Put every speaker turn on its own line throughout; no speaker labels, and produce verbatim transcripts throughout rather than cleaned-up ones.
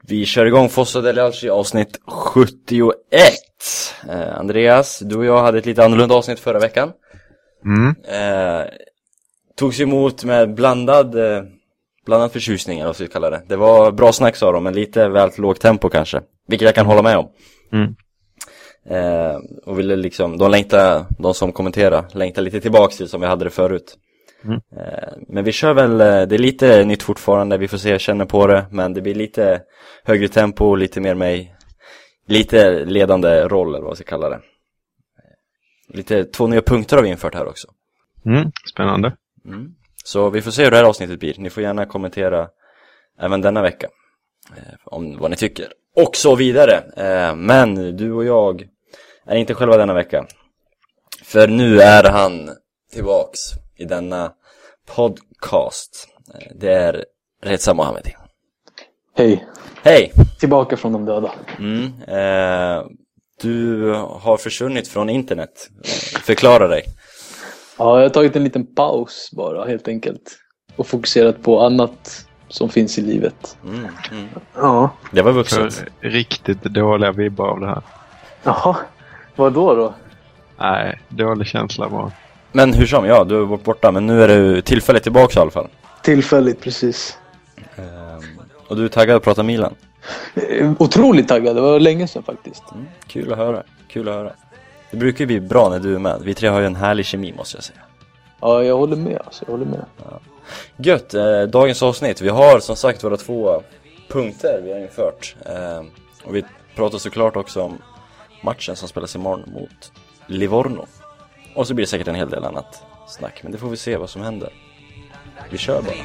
Vi kör igång Fossa Dele Alci avsnitt sjuttioett. eh, Andreas, du och jag hade ett lite annorlunda avsnitt förra veckan.
mm.
eh, Togs emot med blandad eh, Blandad förtjusning, eller vad ska vi kalla det. Det var bra snack, sa de, men lite väl lågt tempo kanske, vilket jag kan hålla med om.
Mm.
eh, Och ville liksom, de längtar, de som kommenterar längtar lite tillbaks till som vi hade det förut.
Mm.
eh, Men vi kör väl, det är lite nytt fortfarande. Vi får se, jag känner på det. Men det blir lite högre tempo, lite mer mig, lite ledande roll, eller vad jag ska kalla det. Lite två nya punkter har vi infört här också.
Mm. Spännande.
mm. Så vi får se hur det här avsnittet blir. Ni får gärna kommentera även denna vecka eh, om vad ni tycker, och så vidare. eh, Men du och jag är inte själva denna vecka, för nu är han tillbaks i denna podcast. Det är Reza Mohammedi.
Hej.
Hej.
Tillbaka från de döda.
Mm, eh, du har försvunnit från internet. Förklara dig.
Ja, jag har tagit en liten paus bara, helt enkelt. Och fokuserat på annat som finns i livet.
Mm, mm.
Ja.
Det var vuxet.
För riktigt dåliga vibbar av det här.
Jaha, vad då då?
Nej, dålig känsla bara.
Men hur som, ja, du har varit borta, men nu är du tillfälligt tillbaka i alla fall.
Tillfälligt, precis.
eh, Och du är taggad att prata Milan.
Eh, Otroligt taggad, det var länge sedan faktiskt.
mm, Kul att höra, kul att höra. Det brukar ju bli bra när du är med. Vi tre har ju en härlig kemi, måste jag säga.
Ja, jag håller med, alltså, jag håller med.
Ja. Gött, eh, dagens avsnitt. Vi har som sagt våra två punkter vi har infört. eh, Och vi pratar såklart också om matchen som spelas imorgon mot Livorno. Och så blir det säkert en hel del annat snack, men det får vi se vad som händer. Vi kör bara.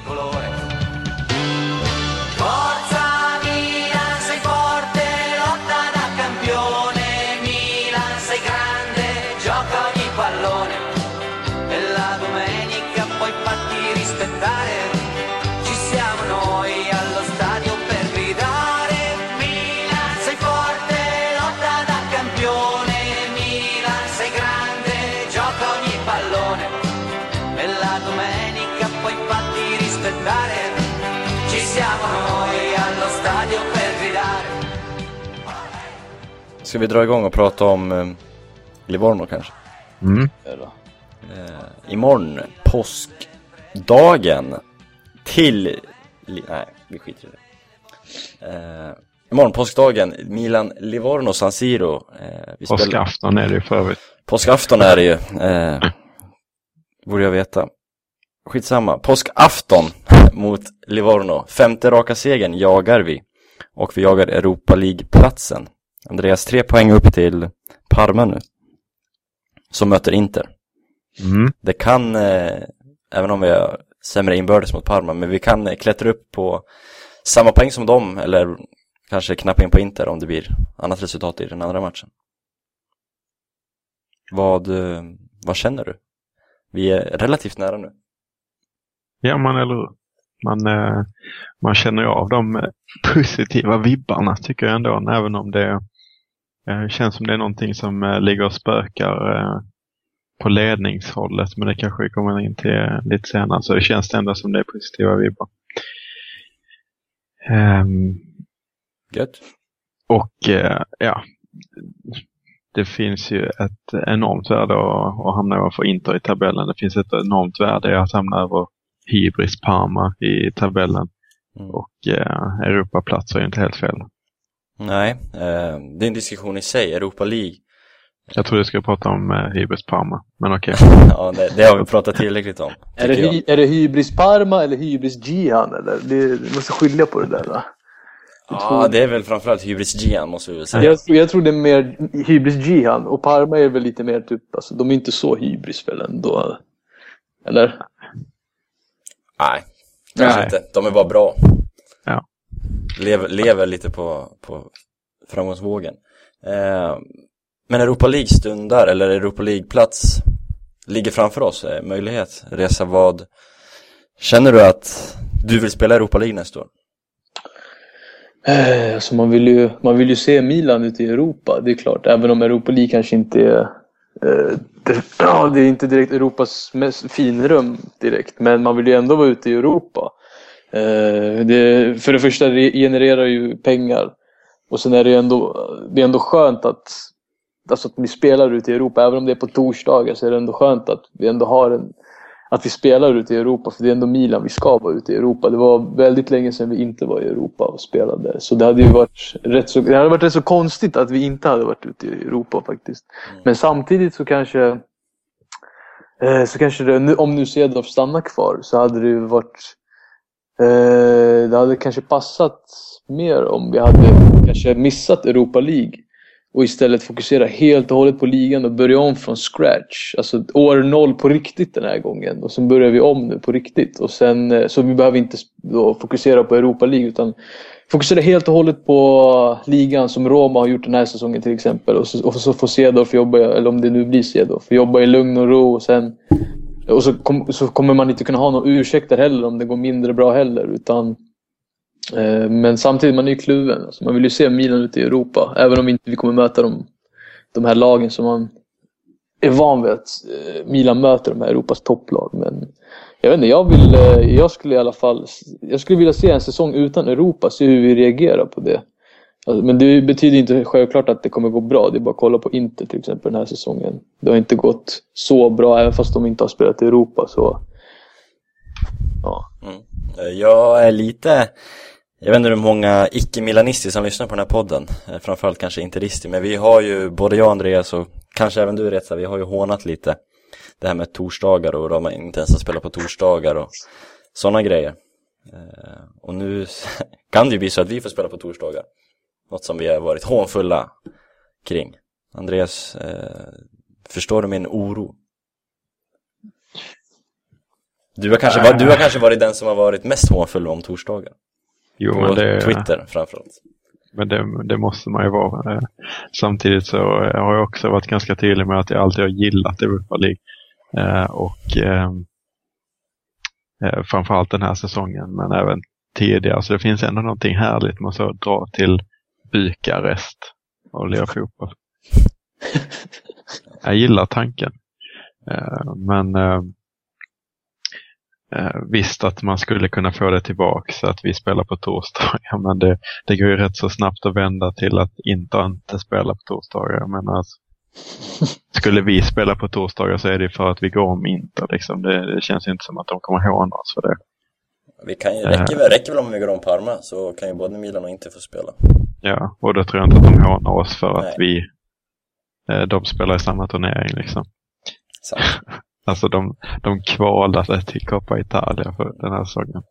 Ska vi dra igång och prata om eh, Livorno kanske?
Mm.
Eh, imorgon, påskdagen till... Li- nej, vi skiter i det. Eh, imorgon, påskdagen, Milan, Livorno, San Siro. Eh, vi
Påskafton är det ju för övrigt.
Påskafton är det ju. Eh, borde jag veta. Skitsamma. Påskafton mot Livorno. Femte raka segern jagar vi. Och vi jagar Europa League-platsen. Andreas, tre poäng upp till Parma nu, som möter Inter.
Mm.
Det kan, eh, även om vi är sämre inbördes mot Parma, men vi kan eh, klättra upp på samma poäng som dem, eller kanske knappa in på Inter om det blir annat resultat i den andra matchen. Vad, eh, vad känner du? Vi är relativt nära nu.
Ja, man eller hur? Man, eh, man känner ju av de positiva vibbarna, tycker jag ändå, även om det eh, känns som det är någonting som eh, ligger och spökar eh, på ledningshållet, men det kanske vi kommer in till eh, lite senare, så det känns det ändå som det är positiva vibbar. Um,
Gött.
och eh, ja, det finns ju ett enormt värde att, att hamna över Inter i tabellen. Det finns ett enormt värde att hamna över Hybris Parma i tabellen. Mm. Och eh, Europaplats är ju inte helt fel.
Nej, eh, det är en diskussion i sig, Europa League.
Jag tror du ska prata om eh, Hybris Parma, men okej.
Okay. Ja, det, det har vi pratat tillräckligt om.
Är det, hy- är det Hybris Parma eller Hybris Gian? Eller? Det, du måste skilja på det där, va?
Ja, det är väl framförallt Hybris Gian, måste vi väl säga.
Jag, jag tror det är mer Hybris Gian, och Parma är väl lite mer typ, alltså, de är inte så hybris väl ändå. Eller?
Nej, kanske
Nej.
inte. De är bara bra.
Ja.
Lever, lever lite på, på framgångsvågen. Eh, men Europa League stundar, eller Europa League-plats ligger framför oss. Eh, möjlighet. Resa, vad känner du att du vill spela Europa League nästa år?
Eh, alltså man vill ju, man vill ju se Milan ute i Europa, det är klart. Även om Europa League kanske inte är eh, det, ja, det är inte direkt Europas mest finrum direkt, men man vill ju ändå vara ute i Europa. Eh, det, för det första det genererar ju pengar. Och sen är det ändå, det är ändå skönt att, alltså att vi spelar ute i Europa. Även om det är på torsdagar så är det ändå skönt att vi ändå har en, att vi spelar ute i Europa. För det är ändå Milan, vi ska vara ute i Europa. Det var väldigt länge sedan vi inte var i Europa och spelade. Så det hade ju varit rätt så, det hade varit rätt så konstigt att vi inte hade varit ute i Europa faktiskt. Mm. Men samtidigt så kanske, eh, så kanske det, om nu Seedorf stannar kvar så hade det ju varit, eh, det hade kanske passat mer om vi hade kanske missat Europa League och istället fokusera helt och hållet på ligan och börja om från scratch. Alltså år noll på riktigt den här gången. Och sen börjar vi om nu på riktigt. Och sen, så vi behöver inte då fokusera på Europa League utan fokusera helt och hållet på ligan som Roma har gjort den här säsongen till exempel. Och så, och så får Seedorf jobba, eller om det nu blir Seedorf, jobba i lugn och ro och sen och så, kom, så kommer man inte kunna ha någon ursäkter heller om det går mindre bra heller utan men samtidigt man är ju kluven, alltså man vill ju se Milan ute i Europa även om inte vi kommer möta de, de här lagen som man är van vid att Milan möter, de här Europas topplag. Men jag vet inte, jag vill jag skulle i alla fall jag skulle vilja se en säsong utan Europa, se hur vi reagerar på det. Alltså, men det betyder inte självklart att det kommer gå bra. Det är bara att kolla på Inter till exempel den här säsongen. Det har inte gått så bra även fast de inte har spelat i Europa så ja.
Mm. Jag är lite, jag vet inte hur många icke-milanister som lyssnar på den här podden, framförallt kanske interister, men vi har ju, både jag och Andreas och kanske även du Retsa, vi har ju hånat lite det här med torsdagar och de inte ens har spelat på torsdagar och sådana grejer. Och nu kan det ju bli så att vi får spela på torsdagar, något som vi har varit hånfulla kring. Andreas, förstår du min oro? Du har, kanske varit, du har kanske varit den som har varit mest hånfull om torsdagar.
Jo,
på
men det,
Twitter framförallt.
Men det, det måste man ju vara. Samtidigt så har jag också varit ganska tydlig med att jag alltid har gillat Europa League. Och eh, framförallt den här säsongen, men även tidigare. Så det finns ändå någonting härligt med att dra till Bukarest och lira fotboll. Jag gillar tanken. Men Eh, visst att man skulle kunna få det tillbaka så att vi spelar på torsdagar, men det, det går ju rätt så snabbt att vända till att inte inte spela på torsdagar. Men alltså, skulle vi spela på torsdagar så är det för att vi går om inte liksom. det, det känns inte som att de kommer ihåg oss för det.
Vi kan ju, räcker, väl, räcker väl om vi går om Parma så kan ju både Milan och inte få spela.
Ja, och då tror jag inte att de hånar oss för
Nej.
att vi eh, de spelar i samma turnering liksom.
Sant.
Alltså de, de kvalade till Coppa Italia för den här säsongen.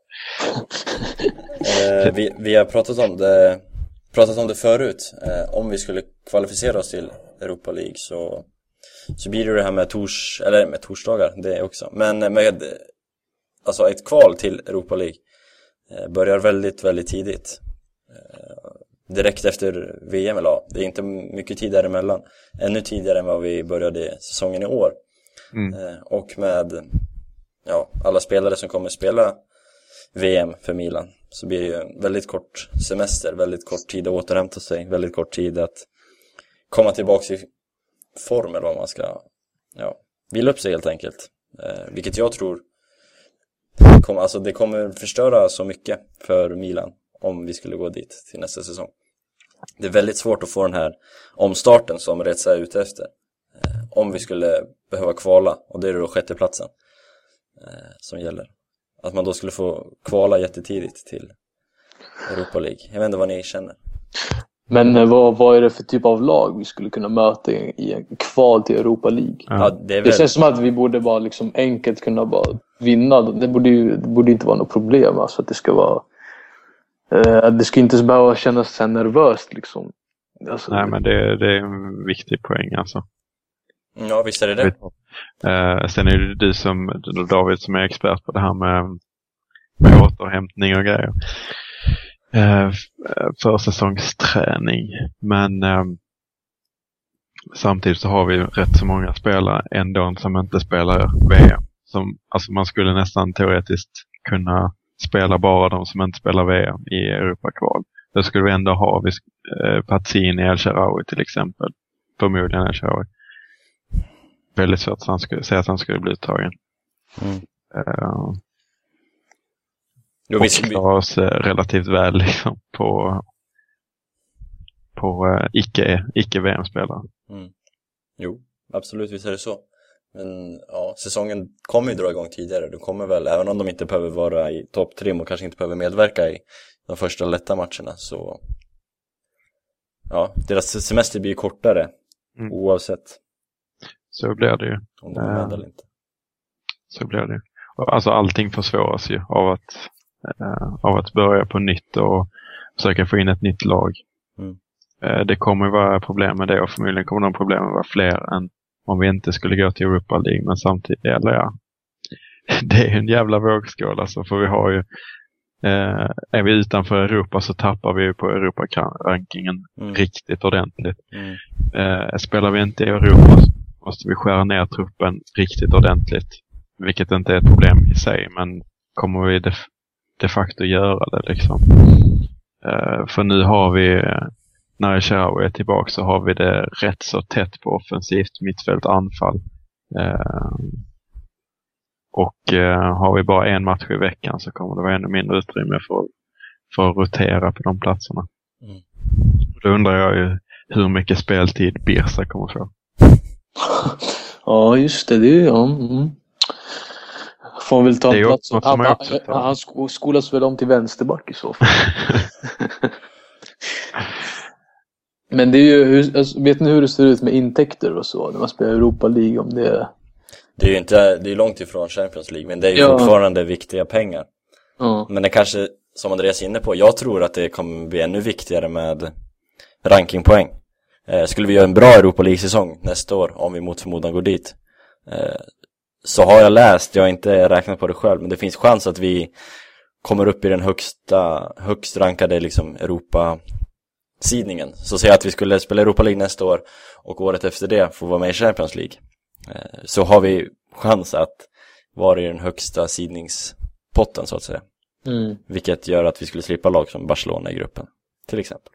eh, vi, vi har pratat om det pratat om det förut. Eh, om vi skulle kvalificera oss till Europa League så, så blir det det här med tors eller med torsdagar det också. Men med alltså ett kval till Europa League eh, börjar väldigt väldigt tidigt. Eh, direkt efter V M, eller det är inte mycket tid däremellan. Ännu tidigare än vad vi började säsongen i år. Mm. Och med ja, alla spelare som kommer spela V M för Milan så blir det ju en väldigt kort semester, väldigt kort tid att återhämta sig, väldigt kort tid att komma tillbaka i form eller vad man ska ja, vila upp sig helt enkelt. Eh, vilket jag tror kommer, alltså det kommer förstöra så mycket för Milan om vi skulle gå dit till nästa säsong. Det är väldigt svårt att få den här omstarten som Retsa är ute efter. Om vi skulle behöva kvala, och det är då sjätteplatsen eh, som gäller. Att man då skulle få kvala jättetidigt till Europa League. Jag vet inte vad ni känner.
Men eh, vad, vad är det för typ av lag vi skulle kunna möta i, i en kval till Europa League?
Ja, det, är väl...
det känns som att vi borde bara liksom enkelt kunna bara vinna. Det borde ju det borde inte vara något problem. Alltså att det ska vara eh, det ska inte så behöva kännas så nervöst liksom. Alltså,
Nej, men det, det är en viktig poäng alltså.
Ja, visst är det det.
Uh, sen är det du som, David, som är expert på det här med, med återhämtning och grejer. Uh, försäsongsträning. Men uh, samtidigt så har vi rätt så många spelare ändå som inte spelar V M. Som, alltså man skulle nästan teoretiskt kunna spela bara de som inte spelar V M i Europa-kval. Då skulle vi ändå ha vi, uh, Pazzini, El Shaarawy till exempel. Förmodligen El Shaarawy. Väldigt svårt att han skulle säga att han skulle bli uttagen. Mm. Uh,
Jo,
och
vi...
klarar oss eh, relativt väl liksom på, på eh, icke, icke-V M-spelare.
Mm. Jo, absolut, visst är det så. Men ja, säsongen kommer ju dra igång tidigare. Du kommer väl, även om de inte behöver vara i topp tre och kanske inte behöver medverka i de första lätta matcherna, så ja, deras semester blir ju kortare mm. oavsett.
Så blir det ju.
Om de är med eller inte.
Så blir det ju. Alltså allting försvåras ju av att, äh, av att börja på nytt och försöka få in ett nytt lag.
Mm.
Äh, det kommer ju vara problem med det, och förmodligen kommer de problemen vara fler än om vi inte skulle gå till Europa League. Men samtidigt, eller ja, det är en jävla vågskål alltså, för vi har ju äh, är vi utanför Europa så tappar vi ju på Europa-rankingen mm. riktigt ordentligt. Mm. Äh, spelar vi inte i Europa måste vi skära ner truppen riktigt ordentligt. Vilket inte är ett problem i sig, men kommer vi de, de facto göra det liksom. Uh, för nu har vi, när Echarawi är tillbaka, så har vi det rätt så tätt på offensivt mittfält anfall. Uh, och uh, har vi bara en match i veckan så kommer det vara ännu mindre utrymme för, för att rotera på de platserna. Mm. Då undrar jag ju hur mycket speltid Birsa kommer få.
Ja, just det. Det är ju, ja. Mm. Får han väl ta en plats. Han, han, han sk- skolas väl om till vänsterback i så fall. Men det är ju, hur, alltså, vet ni hur det ser ut med intäkter och så när man spelar Europa League? Om det...
det är ju inte, det är långt ifrån Champions League, men det är ju ja. fortfarande viktiga pengar. Ja. Men det kanske, som Andreas är inne på, jag tror att det kommer bli ännu viktigare med rankingpoäng. Eh, skulle vi göra en bra Europa League-säsong nästa år, om vi mot förmodan går dit, eh, så har jag läst, jag har inte räknat på det själv, men det finns chans att vi kommer upp i den högsta, högst rankade liksom Europa-sidningen. Så säg att vi skulle spela Europa League nästa år och året efter det få vara med i Champions League. Eh, så har vi chans att vara i den högsta sidningspotten så att säga. Mm. Vilket gör att vi skulle slippa lag som Barcelona i gruppen, till exempel.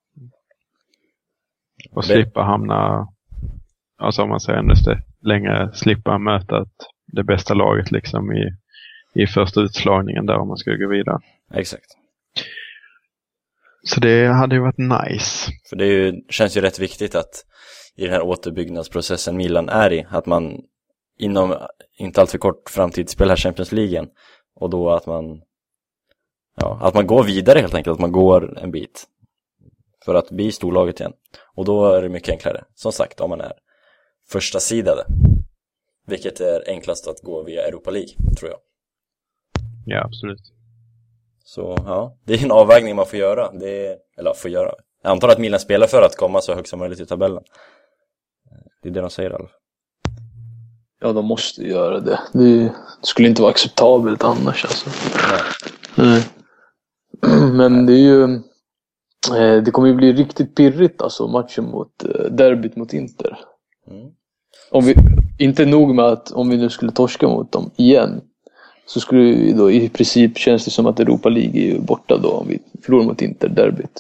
Och slippa hamna, alltså om man säger ännu längre, slippa möta det bästa laget liksom i, i första utslagningen där om man skulle gå vidare.
Exakt.
Så det hade ju varit nice.
För det är ju, känns ju rätt viktigt att i den här återbyggnadsprocessen Milan är i, att man inom inte alltför kort framtid spelar Champions League, och då att man ja, att man går vidare helt enkelt, att man går en bit för att bli storlaget igen. Och då är det mycket enklare, som sagt, om man är första sidade. Vilket är enklast att gå via Europa League, tror jag.
Ja, absolut.
Så ja, det är en avvägning man får göra. Det är, eller får göra. Jag antar att Milan spelar för att komma så högt som möjligt i tabellen. Det är det de säger i alla fall.
Ja, de måste göra det. Det skulle inte vara acceptabelt annars alltså. Nej. Men det är ju... Det kommer ju bli riktigt pirrigt alltså, matchen mot derbyt mot Inter. Mm. Om vi, inte nog med att om vi nu skulle torska mot dem igen, så skulle vi då i princip, känns det som att Europa League är ju borta då om vi förlorar mot Inter derbyt.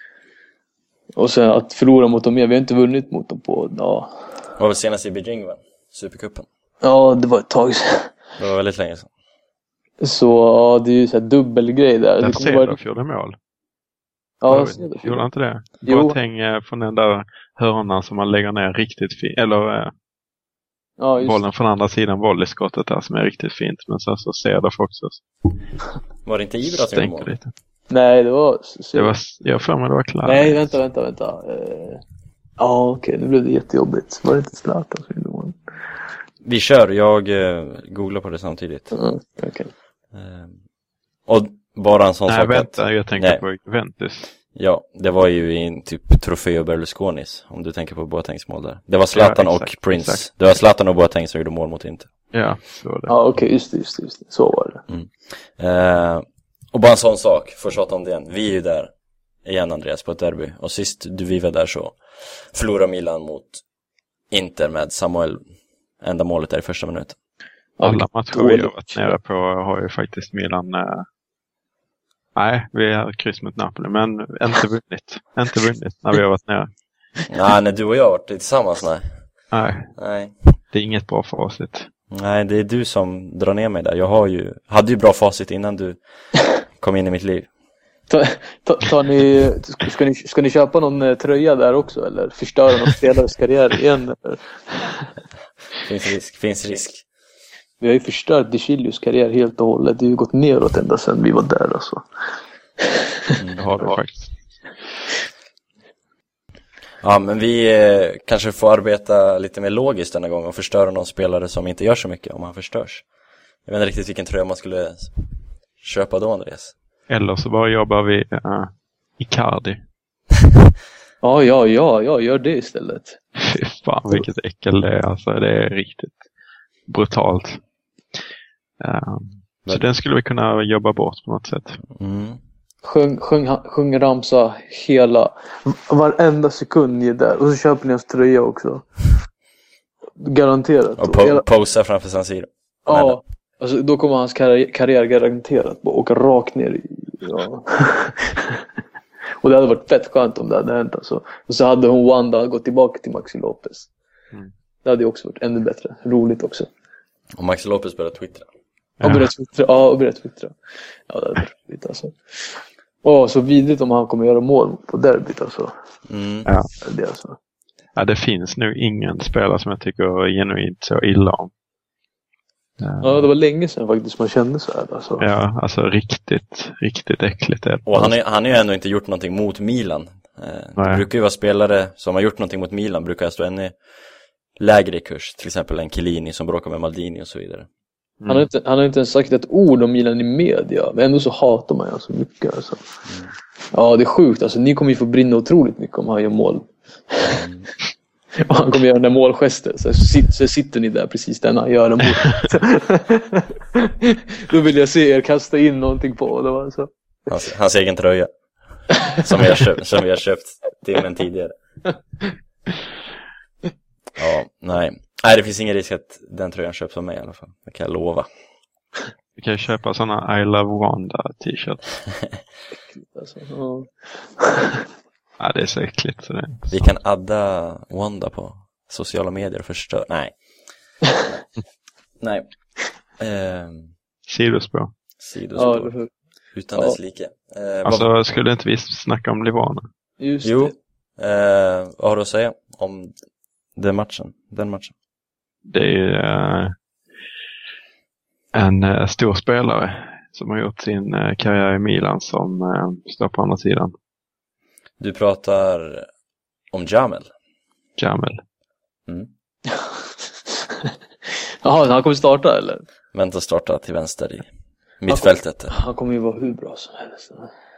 Och sen att förlora mot dem igen, vi har inte vunnit mot dem på, ja.
Det var väl senast i Beijing, va? Supercupen.
Ja, det var ett tag sedan.
Det var väldigt länge sedan.
Så ja, det är ju så här dubbelgrej där.
Den Cedorf gjorde mål.
Ja,
gjorde inte det? Boateng från den där hörnan som man lägger ner riktigt fint. Eller ja, bollen från andra sidan volleyskottet där som är riktigt fint. Men sen så ser det också.
Var det inte Ibra som gjorde mål?
Lite. Nej, det var...
det var jag för mig det var klart.
Nej, vänta, vänta, vänta. Uh, ja, okej. Okay, nu blev det jättejobbigt. Var det inte Zlatan som gjorde mål?
Vi kör. Jag uh, googlar på det samtidigt.
Mm, okej. Okay.
Uh, och... Bara en sån
Nej,
sak
vänta,
att...
jag tänker Nej. på Juventus.
Ja, det var ju i en typ Trofeo Berlusconis, om du tänker på Boatengs mål där. Det var Zlatan ja, exakt, och Prince. Exakt. Det var Zlatan och Boateng som gjorde mål mot Inter.
Ja, så var det.
Ja, okej, okay, just det, just det, just det. Så var det.
Mm. Eh, och bara en sån sak, för tjata om det igen. Vi är ju där igen, Andreas, på ett derby. Och sist du vi var där så förlorade Milan mot Inter med Samuel, enda målet där i första minuten.
Alla matcher vi har varit nere på har ju faktiskt Milan... Eh... Nej, vi har kryss mot Napoli, men inte vunnit. Inte vunnit när vi har varit nere.
Nej, när du och jag har varit tillsammans, nej.
Nej.
Nej.
Det är inget bra facit.
Nej, det är du som drar ner mig där. Jag har ju, hade ju bra facit innan du kom in i mitt liv.
Ta, ta, tar ni, ska, ni, ska ni köpa någon eh, tröja där också? Eller förstöra någon spelares karriär igen? Eller?
Finns risk, finns risk.
Vi har ju förstört DeCilius karriär helt och hållet. Det har ju gått neråt ända sedan vi var där. Alltså.
Mm, det har det faktiskt.
Ja, men vi eh, kanske får arbeta lite mer logiskt denna gång och förstöra någon spelare som inte gör så mycket om han förstörs. Jag vet inte riktigt vilken tröja man skulle köpa då, Andreas.
Eller så bara jobbar vi uh, Icardi.
Ja, ja, ja, ja, gör det istället.
Fy fan, vilket äckel det är. Alltså, det är riktigt brutalt. Uh, men... Så den skulle vi kunna jobba bort på något sätt.
Mm.
Sjung, sjung, sjung ramsa hela, varenda sekund ni är där. Och så köper ni hans tröja också. Garanterat.
Och po- hela... posa framför San Siro.
Ja, alltså, då kommer hans karri- karriär garanterat bara åka rakt ner i... Ja. Och det hade varit fett skönt om det hade hänt. Alltså. Och så hade hon Wanda gått tillbaka till Maxi Lopez. Mm. Det hade ju också varit ännu bättre. Roligt också.
Och Maxi Lopez började twittra.
Ja, började twittra. Ja, och började twittra. Ja, det hade varit roligt alltså. Åh, så vidrigt om han kommer göra mål på derbyt alltså.
Mm. Ja.
Det, alltså.
Ja, det finns nu ingen spelare som jag tycker genuint så illa om.
Ja, ja det var länge sedan faktiskt man kände så här. Alltså.
Ja, alltså riktigt, riktigt äckligt. Är
och han har han är ju ändå inte gjort någonting mot Milan. Eh, det brukar ju vara spelare som har gjort någonting mot Milan brukar stå ännu lägre i kurs. Till exempel en Chiellini som bråkar med Maldini och så vidare.
Mm. Han, har inte, han har inte ens sagt ett ord om Milan i media. Men ändå så hatar man ju så mycket alltså. Mm. Ja, det är sjukt alltså. Ni kommer ju få brinna otroligt mycket om han gör mål. Mm. Och han kommer göra den där målgesten. Så, så sitter ni där precis där han gör den mål. Då vill jag se er kasta in någonting på det var så.
Hans, hans egen tröja. Som vi har köpt, som vi har köpt timmen tidigare. Ja, nej. Nej, det finns ingen risk att den tröjan köps av mig i alla fall. Det kan jag lova.
Vi kan ju köpa sådana I Love Wanda t-shirt.
Alltså, ja.
Ja, det är så äckligt. Så det...
Vi kan adda Wanda på sociala medier och förstör. Nej. Nej. Eh...
Sidospår.
Sidospår. Ja, utan ja. Dess like. Eh,
alltså,
vad...
skulle inte vi snacka om Livana?
Just
jo. Det. Eh, vad har du att säga om den matchen? Den matchen?
Det är uh, en uh, stor spelare som har gjort sin uh, karriär i Milan som uh, står på andra sidan.
Du pratar om Jamel.
Jamel.
Mm.
Jaha, han kommer starta eller?
Vänta starta till vänster i mittfältet.
Han, han kommer ju vara hur bra som helst.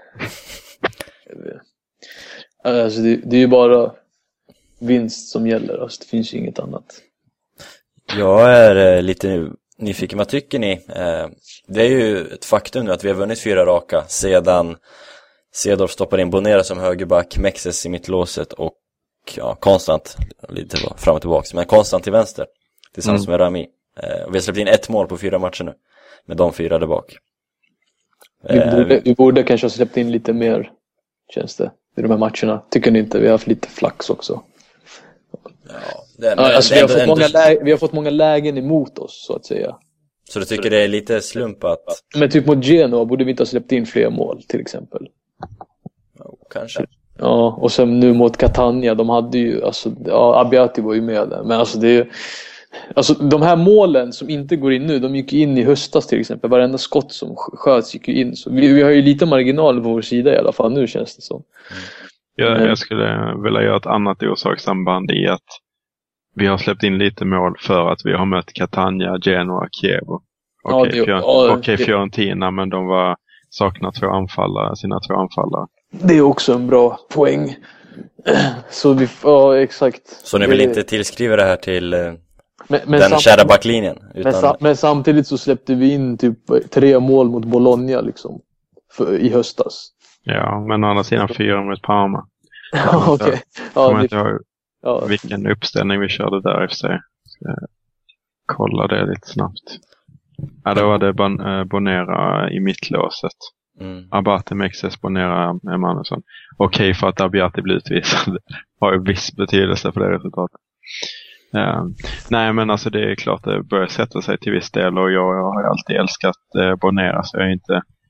Alltså det, det är ju bara vinst som gäller. Alltså det finns ju inget annat.
Jag är eh, lite nyfiken. Vad tycker ni? Eh, det är ju ett faktum nu att vi har vunnit fyra raka sedan Cedorf stoppar in Bonera som högerback, Mexes i mittlåset och ja, konstant lite fram och tillbaka, men konstant till vänster tillsammans mm. med Rami. Eh, vi har släppt in ett mål på fyra matcher nu med de fyra där bak.
Vi borde, vi borde kanske ha släppt in lite mer, känns det, i de här matcherna. Tycker ni inte? Vi har haft lite flax också.
Ja, det,
ja, alltså, vi, har fått ändå... många lägen, vi har fått många lägen emot oss, så att säga.
Så du tycker det är lite slumpat?
Men typ mot Genoa borde vi inte ha släppt in fler mål, till exempel.
Ja, kanske.
Ja, och sen nu mot Catania, de hade ju, alltså, ja, Abbiati var ju med där. Men alltså det är ju, alltså de här målen som inte går in nu, de gick in i höstas till exempel. Varenda skott som sköts gick ju in. Så vi, vi har ju lite marginal på vår sida i alla fall, nu känns det som.
Mm. Ja, jag skulle vilja göra ett annat orsakssamband i att vi har släppt in lite mål för att vi har mött Catania, Genoa, Kiev. Okej, okay, ja, Fior- ja, okay, Fiorentina, men de var saknar två anfallare, sina två anfallare.
Det är också en bra poäng. Så vi, ja, exakt.
Så ni vill inte tillskriva det här till eh,
men, men
den kära backlinjen? Utan...
Men, sam- men samtidigt så släppte vi in typ tre mål mot Bologna liksom, för, i höstas.
Ja, men å andra sidan fyra mot Parma.
Ja, okej. Okay. Ja,
kommer inte ihåg ja. vilken uppställning vi körde där i sig. Ska kolla det lite snabbt. Ja, då var det bon- Bonera i mittlåset. Mm. Abate, Mexes, Bonera, Emanuelsson. Okej, för att Abate blir utvisad har ju viss betydelse för det resultatet. Uh, nej, men alltså det är klart det börjar sätta sig till viss del, och jag, jag har ju alltid älskat uh, Bonera, så jag är inte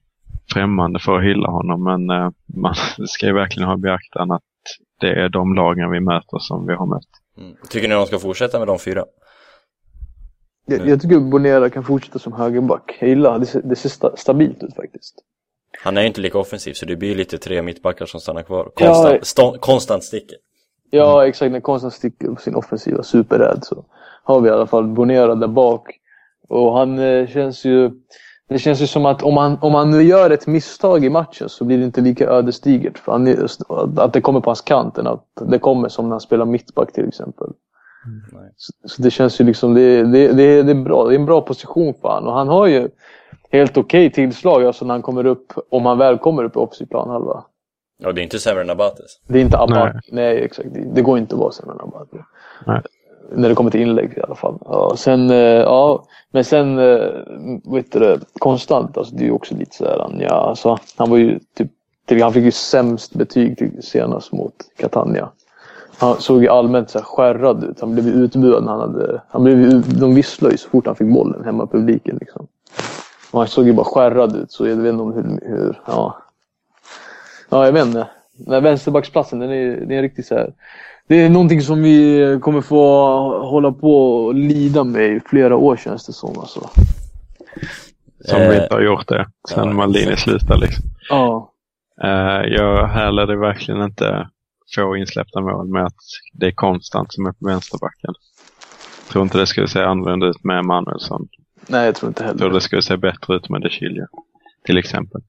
främmande för att hylla honom, men eh, man ska ju verkligen ha i beaktande att det är de lagen vi möter som vi har mött.
Mm. Tycker ni att de ska fortsätta med de fyra?
Jag, jag tycker Bonera kan fortsätta som högerback. Jag gillar, det ser, det ser sta, stabilt ut faktiskt.
Han är ju inte lika offensiv, så det blir lite tre mittbackar som stannar kvar. Konstant, ja, stå, konstant sticker.
Ja, mm. exakt. När konstant sticker på sin offensiva superrädd så har vi i alla fall Bonera där bak. Och han eh, känns ju... Det känns ju som att om man, om man gör ett misstag i matchen så blir det inte lika ödesdigert. För han, att det kommer på hans kant än att det kommer som när han spelar mittback till exempel. Mm. Så, så det känns ju liksom, det, det, det, det är bra. Det är en bra position för han. Och han har ju helt okej okay tillslag alltså när han kommer upp, om han väl kommer upp i offensiv planhalva.
Ja, det är inte sämre än Abates.
Det är inte Abates. Nej. Nej, exakt. Det, det går inte att vara sämre än Abates. Nej. När det kommer till inlägg i alla fall. Ja, sen, ja, men sen, vet du det, konstant, alltså det är ju också lite så här, ja, alltså, han var ju typ, han fick ju sämst betyg till, senast mot Catania. Han såg ju allmänt så här skärrad ut, han blev utbuad när han hade, han blev, de visslade ju så fort han fick bollen hemma i publiken liksom. Och han såg ju bara skärrad ut, så jag vet inte om hur, hur ja. Ja, jag vet inte. Den här vänsterbacksplatsen, den är, den är riktigt så här. Det är någonting som vi kommer få hålla på och lida med i flera år, känns det som. Alltså.
Som eh, vi inte har gjort det sen ja, Maldini slutade liksom.
Ja.
Uh, jag heller det verkligen inte få insläppta mål med att det är konstant som är på vänsterbacken. Jag tror inte det skulle se annorlunda ut med Manuelsson.
Nej, jag tror inte heller.
Jag tror det skulle se bättre ut med De Chilio, till exempel.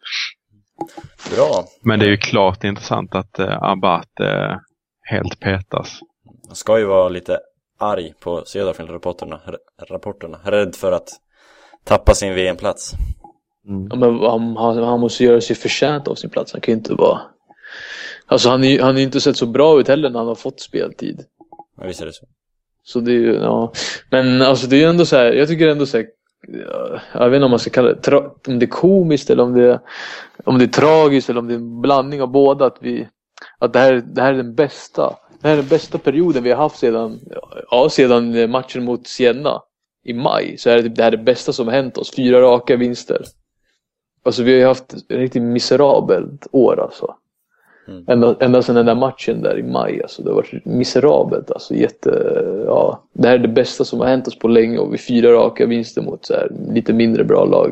Bra.
Men det är ju klart intressant att uh, Abate uh, helt petas.
Han ska ju vara lite arg på Söderfjäll-rapporterna. Rapporterna. Rädd för att tappa sin V M-plats.
Mm. Ja, men han, han, han måste göra sig förtjänt av sin plats. Han kan ju inte vara... Alltså han är han är inte sett så bra ut heller när han har fått speltid.
Ja, visst är det så.
Så det är ju, ja. Men alltså det är ju ändå så här, jag tycker ändå så här, jag vet inte om man ska kalla det, tra, om det är komiskt eller om det, om det är tragiskt eller om det är en blandning av båda, att vi... Att det här, det här är den bästa Det här är den bästa perioden vi har haft sedan Ja, sedan matchen mot Siena i maj. Så är det typ det här det bästa som har hänt oss. Fyra raka vinster. Alltså vi har ju haft ett riktigt miserabelt år alltså. Mm. Ända, ända sedan den där matchen där i maj alltså. Det har varit miserabelt alltså. Jätte, ja, det här är det bästa som har hänt oss på länge. Och vi fyra raka vinster mot så här, lite mindre bra lag.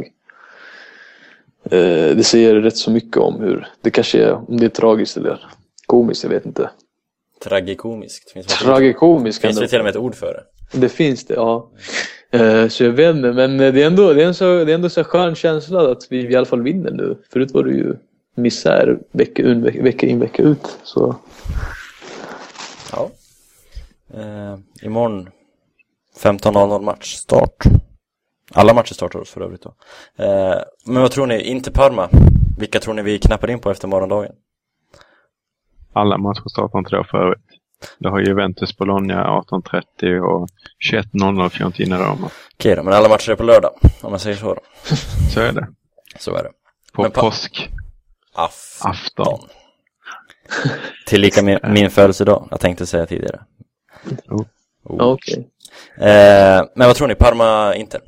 Det säger rätt så mycket om hur det kanske är, om det är tragiskt eller komiskt, jag vet inte.
Tragikomiskt. Finns
Tragikomiskt.
Finns det till och med ett ord för det?
Det finns det, ja. Mm. Så jag vet inte, men det är ändå, det är en så, det är ändå så skön känsla att vi i alla fall vinner nu. Förut var det ju misär vecka in, vecka in, vecka ut. Så.
Ja. Eh, imorgon femton noll noll match start. Alla matcher startar för övrigt då. Eh, men vad tror ni? Inte Parma. Vilka tror ni vi knappar in på efter morgondagen?
Alla matcher startar inte då för övrigt. Det har Juventus Bologna arton trettio och tjugoett noll noll Fiorentina Roma.
Okej då, men alla matcher är på lördag. Om man säger så då.
Så är det.
Så är det.
På men påsk.
Af-
afton.
Tillika min, min födelsedag. Jag tänkte säga tidigare.
Oh. Oh. Okej.
Okay. Eh, men vad tror ni? Parma Inter?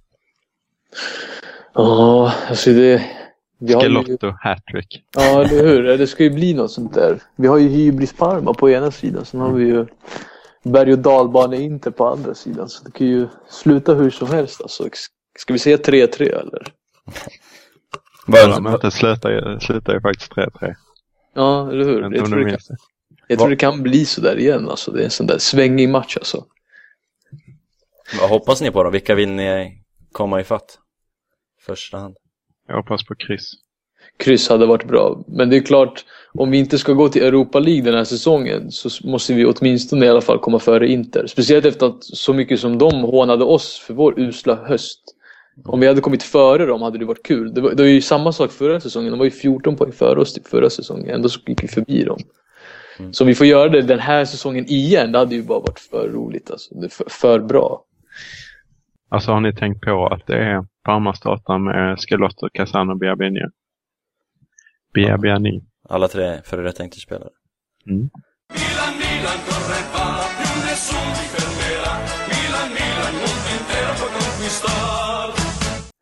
Ja, oh, alltså det...
Schelotto, ju... hattrick.
Ja, det hur? Det ska ju bli något sånt där. Vi har ju Hybris Parma på ena sidan. Sen har vi ju berg- och dalbane Inter på andra sidan. Så det kan ju sluta hur som helst. Alltså, ska vi säga tre tre eller?
Ja, men det slutar ju, slutar ju faktiskt tre tre.
Ja, eller hur? Jag, jag, tror, det kan, jag tror det kan bli så där igen. Alltså, det är en sån där svängig match alltså.
Vad hoppas ni på då? Vilka vill ni komma i fatt? Första hand.
Jag hoppas på kryss.
Kryss hade varit bra. Men det är klart, om vi inte ska gå till Europa League den här säsongen så måste vi åtminstone i alla fall komma före Inter. Speciellt efter att så mycket som de hånade oss för vår usla höst. Om vi hade kommit före dem hade det varit kul. Det var, det var ju samma sak förra säsongen. De var ju fjorton poäng före oss typ förra säsongen. Ändå så gick vi förbi dem. Mm. Så om vi får göra det den här säsongen igen, det hade ju bara varit för roligt. Alltså. Det är för, för bra.
Alltså har ni tänkt på att det är Parma startar med Schelotto, Casano och Biabiani? Biabiani.
Alla tre före rätt tänkte spelare.
Mm.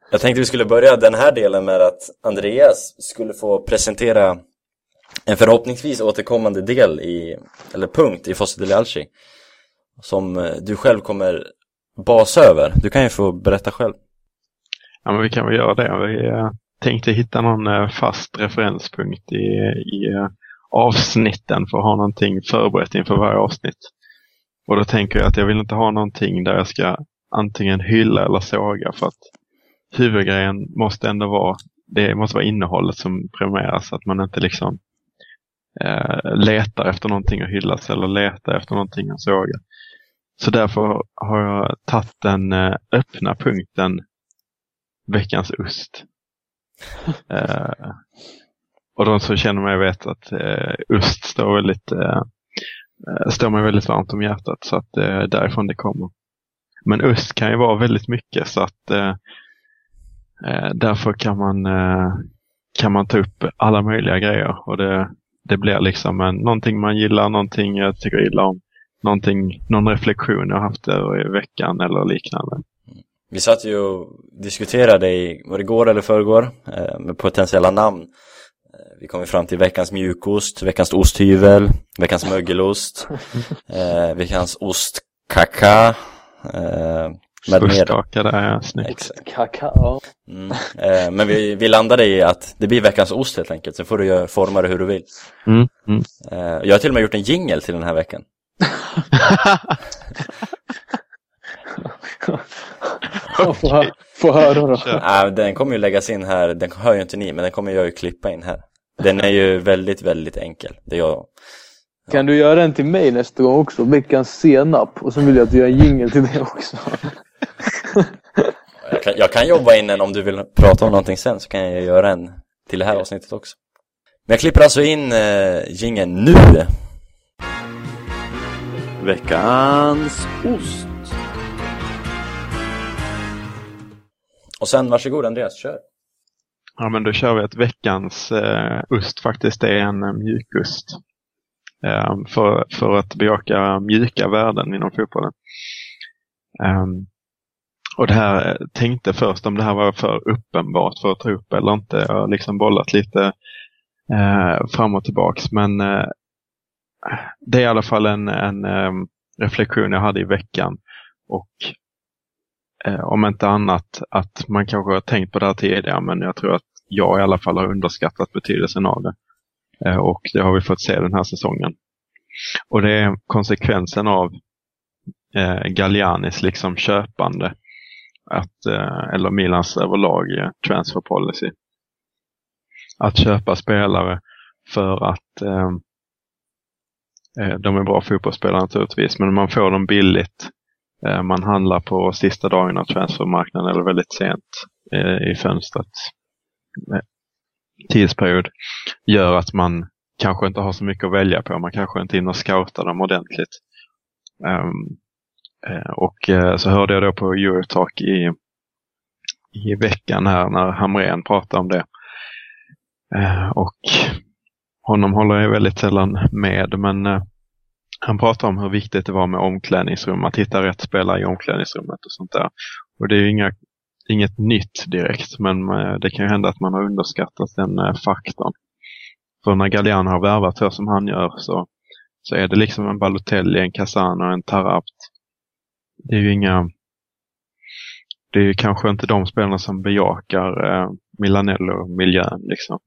Jag tänkte vi skulle börja den här delen med att Andreas skulle få presentera en förhoppningsvis återkommande del i, eller punkt i Fosse degli Alci som du själv kommer basa över. Du kan ju få berätta själv.
Ja, men vi kan väl göra det. Vi eh, tänkte hitta någon eh, fast referenspunkt i, i eh, avsnitten för att ha någonting förberett inför varje avsnitt. Och då tänker jag att jag vill inte ha någonting där jag ska antingen hylla eller såga, för att huvudgrejen måste ändå vara, det måste vara innehållet som premieras, att man inte liksom eh, letar efter någonting att hyllas eller letar efter någonting att såga. Så därför har jag tagit den eh, öppna punkten veckans ost. eh, och de som känner mig vet att eh, ost står väldigt eh, står mig väldigt varmt om hjärtat, så att eh, därifrån det kommer. Men ost kan ju vara väldigt mycket, så att eh, eh, därför kan man eh, kan man ta upp alla möjliga grejer, och det, det blir liksom en, någonting man gillar, någonting jag tycker illa om, någonting, någon reflektion jag haft i veckan eller liknande.
Vi satt ju och diskuterade i, var det går eller förrgår, eh, med potentiella namn. Eh, vi kom fram till veckans mjukost, veckans osthyvel, veckans mögelost, eh, veckans ostkaka, eh, med
Ostkaka där är snyggt.
Kakao.
Mm, eh, men vi, vi landade i att det blir veckans ost helt enkelt, så får du göra, forma det hur du vill.
Mm, mm.
Eh, jag har till och med gjort en jingle till den här veckan.
Få, få höra då.
Ja, den kommer ju läggas in här. Den hör ju inte ni, men den kommer jag ju klippa in här. Den är ju väldigt, väldigt enkel. Det är jag. Ja.
Kan du göra en till mig nästa gång också? Veckans senap. Och så vill jag att du gör en jingle till det också.
jag, kan, jag kan jobba in en om du vill prata om någonting sen, så kan jag göra en till det här avsnittet också. Men jag klipper alltså in uh, jingeln nu. Veckans ost. Och sen varsågod Andreas, kör.
Ja, men då kör vi att veckans eh, ost faktiskt är en eh, mjukost. Eh, för, för att bejaka mjuka värden inom fotbollen. Eh, och det här tänkte först om det här var för uppenbart för att ta upp eller inte. Jag har liksom bollat lite eh, fram och tillbaks. Men eh, det är i alla fall en, en eh, reflektion jag hade i veckan. Och Eh, om inte annat att man kanske har tänkt på det här tidigare, men jag tror att jag i alla fall har underskattat betydelsen av det. Eh, och det har vi fått se den här säsongen. Och det är konsekvensen av eh, Gallianis liksom köpande, att, eh, eller Milans överlag eh, transfer policy. Att köpa spelare för att eh, eh, de är bra fotbollsspelare naturligtvis, men man får dem billigt. Man handlar på sista dagen av transfermarknaden eller väldigt sent eh, i fönstret. Tidsperiod gör att man kanske inte har så mycket att välja på. Man kanske inte hinner scouta dem ordentligt. Um, eh, och eh, så hörde jag då på Eurotalk i, i veckan här när Hamrén pratade om det. Eh, och honom håller jag väldigt sällan med, men eh, han pratar om hur viktigt det var med omklädningsrum, att hitta rätt spelare i omklädningsrummet och sånt där. Och det är ju inga, inget nytt direkt, men det kan ju hända att man har underskattat den faktorn. För när Galliano har värvat så som han gör, så, så är det liksom en Balotelli, en Casano och en Tarabt. Det är ju inga... Det är ju kanske inte de spelarna som bejakar eh, Milanello-miljön liksom.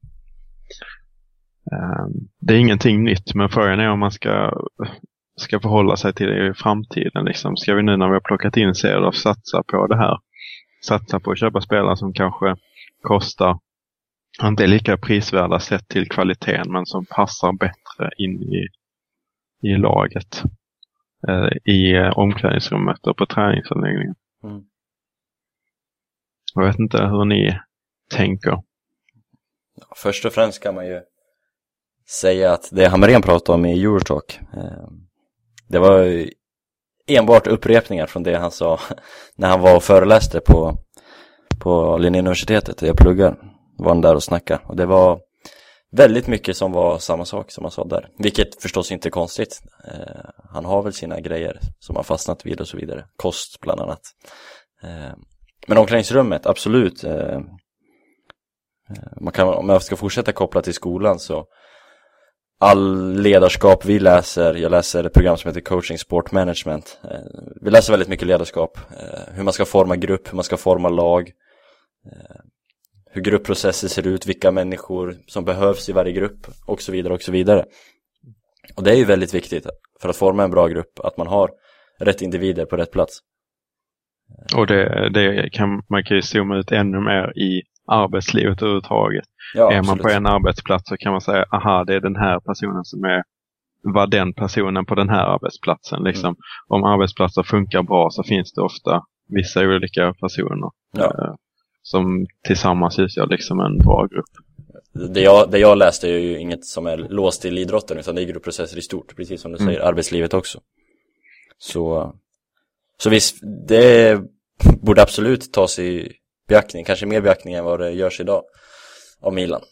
Det är ingenting nytt, men frågan är om man ska, ska förhålla sig till det i framtiden. Liksom. Ska vi nu när vi har plockat in serier satsa på det här? Satsa på att köpa spelare som kanske kostar inte lika prisvärda sett till kvaliteten, men som passar bättre in i, i laget. Eh, I eh, omklädningsrummet och på träningsanläggningen. Mm. Jag vet inte hur ni tänker.
Först och främst kan man ju säga att det Hamrén pratade om i Eurotalk, eh, det var enbart upprepningar från det han sa när han var och föreläste på, på Linnéuniversitetet där jag pluggar. Var han där och snackade. Och det var väldigt mycket som var samma sak som han sa där. Vilket förstås inte är konstigt. Eh, han har väl sina grejer som har fastnat vid och så vidare. Kost bland annat. Eh, Men omklädningsrummet, absolut. Eh, man kan, om jag ska fortsätta koppla till skolan så all ledarskap vi läser, jag läser ett program som heter Coaching Sport Management. Eh, vi läser väldigt mycket ledarskap. Eh, hur man ska forma grupp, hur man ska forma lag. Eh, hur gruppprocesser ser ut, vilka människor som behövs i varje grupp och så vidare och så vidare. Och det är ju väldigt viktigt för att forma en bra grupp att man har rätt individer på rätt plats.
Och det, det kan man kan ju zooma ut ännu mer i arbetslivet överhuvudtaget.
Ja,
är
absolut.
man på en arbetsplats så kan man säga, aha, det är den här personen som är var den personen på den här arbetsplatsen. Liksom. Mm. Om arbetsplatser funkar bra så finns det ofta vissa olika personer
ja.
eh, som tillsammans utgör liksom en bra grupp.
Det jag, det jag läste är ju inget som är låst till idrotten, utan det är gruppprocesser i stort, precis som du säger, mm. arbetslivet också. Så, så visst, det borde absolut tas i beaktning, kanske mer beaktning än vad det görs idag av Milan.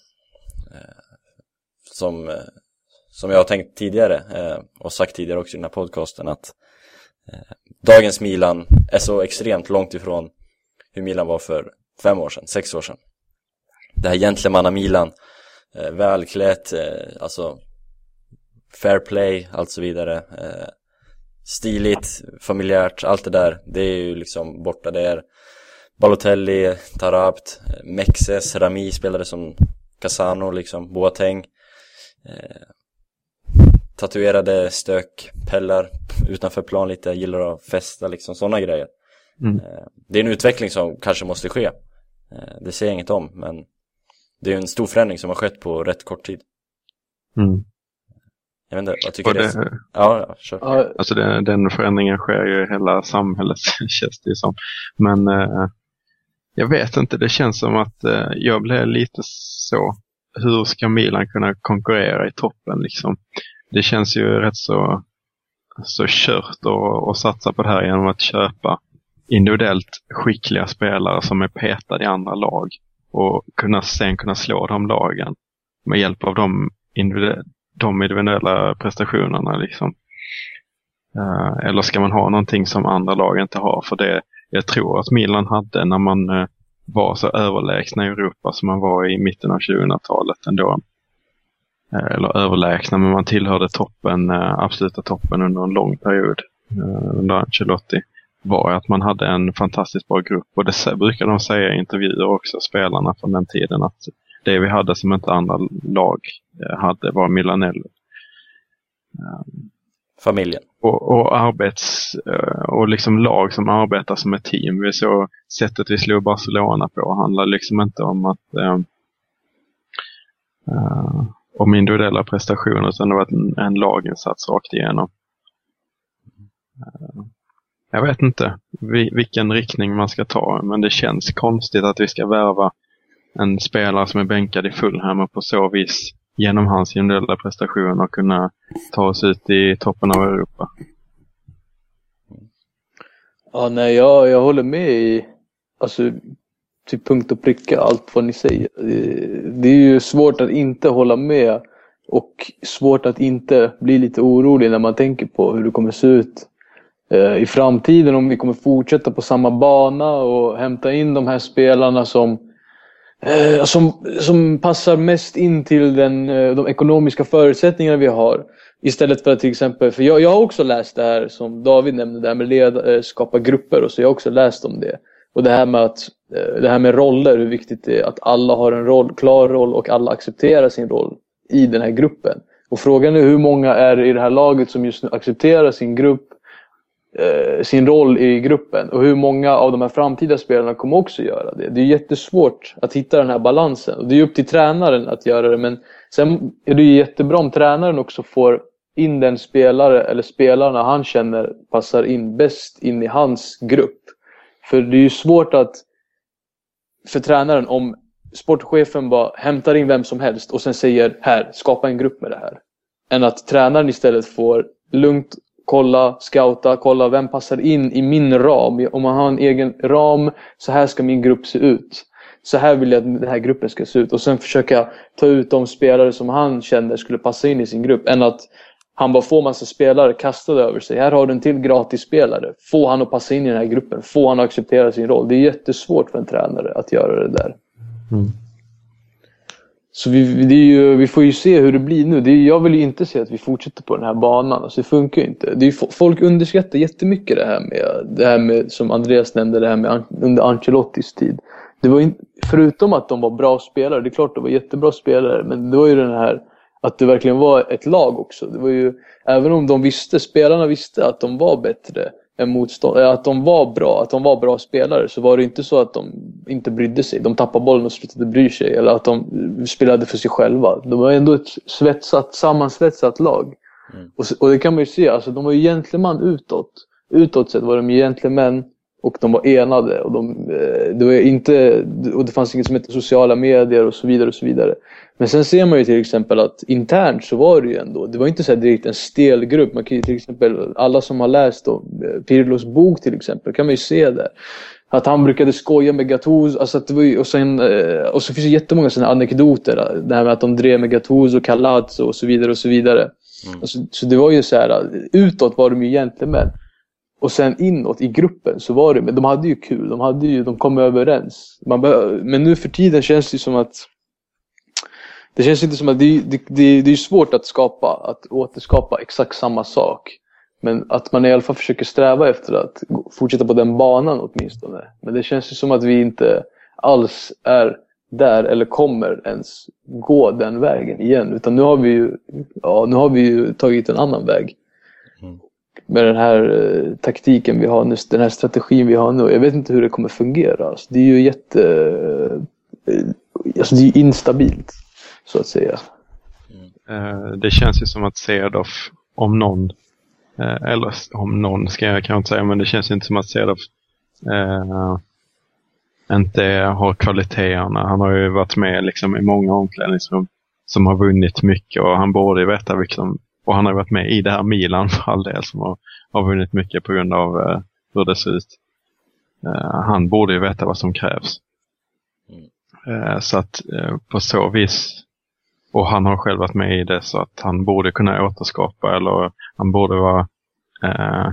Som, som jag har tänkt tidigare och sagt tidigare också i den här podcasten, att dagens Milan är så extremt långt ifrån hur Milan var för fem år sedan, sex år sedan. Det här gentlemanna Milan, eh, välklätt, eh, alltså fair play, allt så vidare, eh, stiligt, familjärt, allt det där, det är ju liksom borta. Det är Balotelli, Tarabt, Mexes, Rami spelade som Casano, liksom, Boateng, eh, tatuerade stökpellar utanför plan lite, gillar att festa, liksom sådana grejer. Mm. Eh, det är en utveckling som kanske måste ske. Eh, det säger jag inget om, men det är en stor förändring som har skett på rätt kort tid.
Mm.
Jag vet inte, vad tycker du?
Det,
ja, ja, kör.
Alltså det, den förändringen sker ju i hela samhället, känns det som. Men eh, jag vet inte, det känns som att eh, jag blir lite så, hur ska Milan kunna konkurrera i toppen liksom? Det känns ju rätt så, så kört att satsa på det här genom att köpa individuellt skickliga spelare som är petade i andra lag och kunna, sen kunna slå de lagen med hjälp av de, individu- de individuella prestationerna liksom. Uh, eller ska man ha någonting som andra lag inte har? För det jag tror att Milan hade när man uh, var så överlägsna i Europa som man var i mitten av tjugohundratalet ändå. Uh, eller överlägsna, men man tillhörde toppen, uh, absoluta toppen under en lång period uh, under Ancelotti. Var att man hade en fantastiskt bra grupp, och det brukar de säga i intervjuer också, spelarna från den tiden, att det vi hade som inte andra lag hade var Milanello.
Familjen.
Och, och arbets och liksom lag som arbetar som ett team. Vi så sättet vi slog Barcelona på handlar liksom inte om att äh, äh, om individuella prestationer, utan det var en, en laginsats rakt igenom. Äh, Jag vet inte vilken riktning man ska ta, men det känns konstigt att vi ska värva en spelare som är bänkad i Fulham och på så vis genom hans individuella prestationer kunna ta oss ut i toppen av Europa.
Ja, nej, jag, jag håller med i alltså, till punkt och pricka allt vad ni säger. Det är ju svårt att inte hålla med och svårt att inte bli lite orolig när man tänker på hur det kommer se ut i framtiden, om vi kommer fortsätta på samma bana och hämta in de här spelarna som, eh, som, som passar mest in till den, de ekonomiska förutsättningarna vi har. Istället för att till exempel, för jag, jag har också läst det här som David nämnde, det här med led, skapa grupper, och så jag har också läst om det. Och det här med att det här med roller, hur viktigt det är att alla har en roll, klar roll, och alla accepterar sin roll i den här gruppen. Och frågan är hur många är i det här laget som just nu accepterar sin grupp, sin roll i gruppen, och hur många av de här framtida spelarna kommer också göra det. Det är jättesvårt att hitta den här balansen, och det är upp till tränaren att göra det, men sen är det ju jättebra om tränaren också får in den spelare eller spelarna han känner passar in bäst in i hans grupp. För det är ju svårt att för tränaren, om sportchefen bara hämtar in vem som helst och sen säger här, skapa en grupp med det här, än att tränaren istället får lugnt kolla, scouta, kolla vem passar in i min ram. Om man har en egen ram, så här ska min grupp se ut. Så här vill jag att den här gruppen ska se ut. Och sen försöka ta ut de spelare som han känner skulle passa in i sin grupp. Än att Han bara får massa spelare kastade över sig. Här har du en till gratis spelare. Få han att passa in i den här gruppen. Få han att acceptera sin roll. Det är jättesvårt för en tränare att göra det där. Mm. Så vi, det är ju, vi får ju se hur det blir nu. Det är, jag vill ju inte se att vi fortsätter på den här banan. Alltså det funkar ju inte. Det är ju, folk underskattar jättemycket det här med, det här med, som Andreas nämnde, det här med under Ancelottis tid. Det var in, förutom att de var bra spelare, det är klart de var jättebra spelare, men det var ju den här att det verkligen var ett lag också. Det var ju, även om de visste, spelarna visste att de var bättre än motstånd, att de var bra, att de var bra spelare, så var det inte så att de inte brydde sig. De tappade bollen och slutade bry sig, eller att de spelade för sig själva. De var ändå ett svetsat, sammansvetsat lag. Mm. Och, och det kan man ju se, alltså de var ju gentleman utåt. Utåt sett var de gentlemän och de var enade och de, det var inte, och det fanns inget som hette sociala medier och så vidare och så vidare. Men sen ser man ju till exempel att internt så var det ju ändå, det var inte så här direkt en stel grupp. Man kan ju till exempel, alla som har läst då, Pirlos bok till exempel, kan man ju se där att han brukade skoja med Gattuso, alltså att det var ju, och, sen, och så finns det jättemånga sådana anekdoter, det här med att de drev med Gattuso och Calazzo och så vidare och så vidare. Mm. Alltså, så det var ju så här, utåt var de ju gentlemän. Och sen inåt i gruppen så var det, men de hade ju kul, de hade ju, de kom överens. Man bör, men nu för tiden känns det som att det känns inte som att det, det, det, det är svårt att skapa, att återskapa exakt samma sak. Men att man i alla fall försöker sträva efter att fortsätta på den banan åtminstone. Men det känns ju som att vi inte alls är där eller kommer ens gå den vägen igen. Utan nu har vi ju, ja, nu har vi ju tagit en annan väg. Mm. Med den här eh, taktiken vi har nu, den här strategin vi har nu. Jag vet inte hur det kommer fungera. Alltså, det är ju jätte... Eh, alltså det är ju instabilt, så att säga.
Mm. Eh, det känns ju som att Seedorf, om någon, eh, eller om någon ska jag kanske inte säga, men det känns inte som att Seedorf eh, inte har kvaliteterna. Han har ju varit med liksom i många omklädningsrum som har vunnit mycket, och han borde veta liksom. Och han har varit med i det här Milan för all del, som har, har vunnit mycket på grund av uh, hur det ser ut. Uh, han borde ju veta vad som krävs. Uh, så att uh, på så vis, och han har själv varit med i det, så att han borde kunna återskapa, eller han borde vara uh,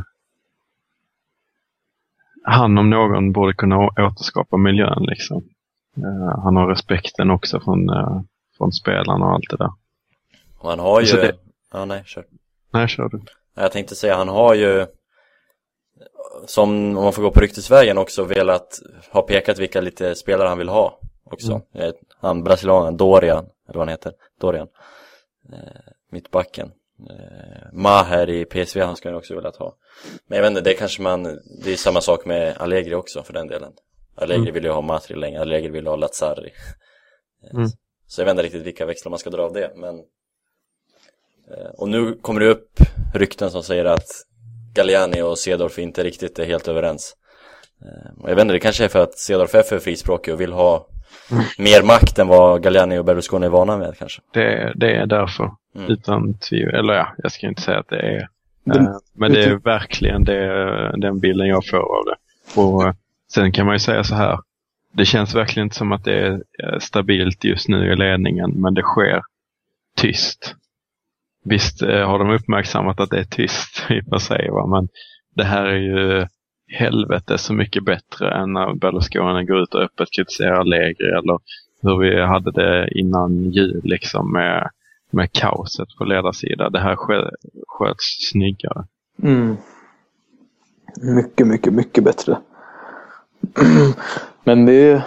han om någon borde kunna återskapa miljön liksom. Uh, han har respekten också från, uh, från spelarna och allt det där.
Och han har ju... Ja, nej, kör.
Nej, kör du.
Jag tänkte säga, han har ju, som om man får gå på ryktesvägen också, velat ha pekat vilka lite spelare han vill ha också. Mm. Han brasilianen, Dorian, eller vad han heter, Dorian, eh, mittbacken. Eh, Maher i P S V, han ska ju också velat ha. Men jag vet inte, det är kanske man, det är samma sak med Allegri också för den delen. Allegri mm. vill ju ha Matri länge, Allegri vill ha Lazzari. Mm. Så jag vet inte riktigt vilka växlar man ska dra av det, men och nu kommer det upp rykten som säger att Galliani och Seedorf inte riktigt är helt överens. Och jag vet inte, det kanske är för att Seedorf är för frispråkig och vill ha mm. mer makt än vad Galliani och Berlusconi är vana med kanske.
Det, det är därför, mm. utan tvivel. Eller ja, jag ska inte säga att det är. Den, äh, men det är verkligen det, den bilden jag får av det. Och sen kan man ju säga så här. Det känns verkligen inte som att det är stabilt just nu i ledningen, men det sker tyst. Visst har de uppmärksammat att det är tyst i och för sig, va? Men det här är ju helvete så mycket bättre än när Berlusconi går ut och öppet kritiserar Allegri, eller hur vi hade det innan jul liksom med, med kaoset på ledarsidan. Det här sköts snyggare.
Mm. Mycket, mycket, mycket bättre. Men det är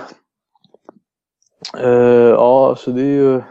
uh, ja, så det är ju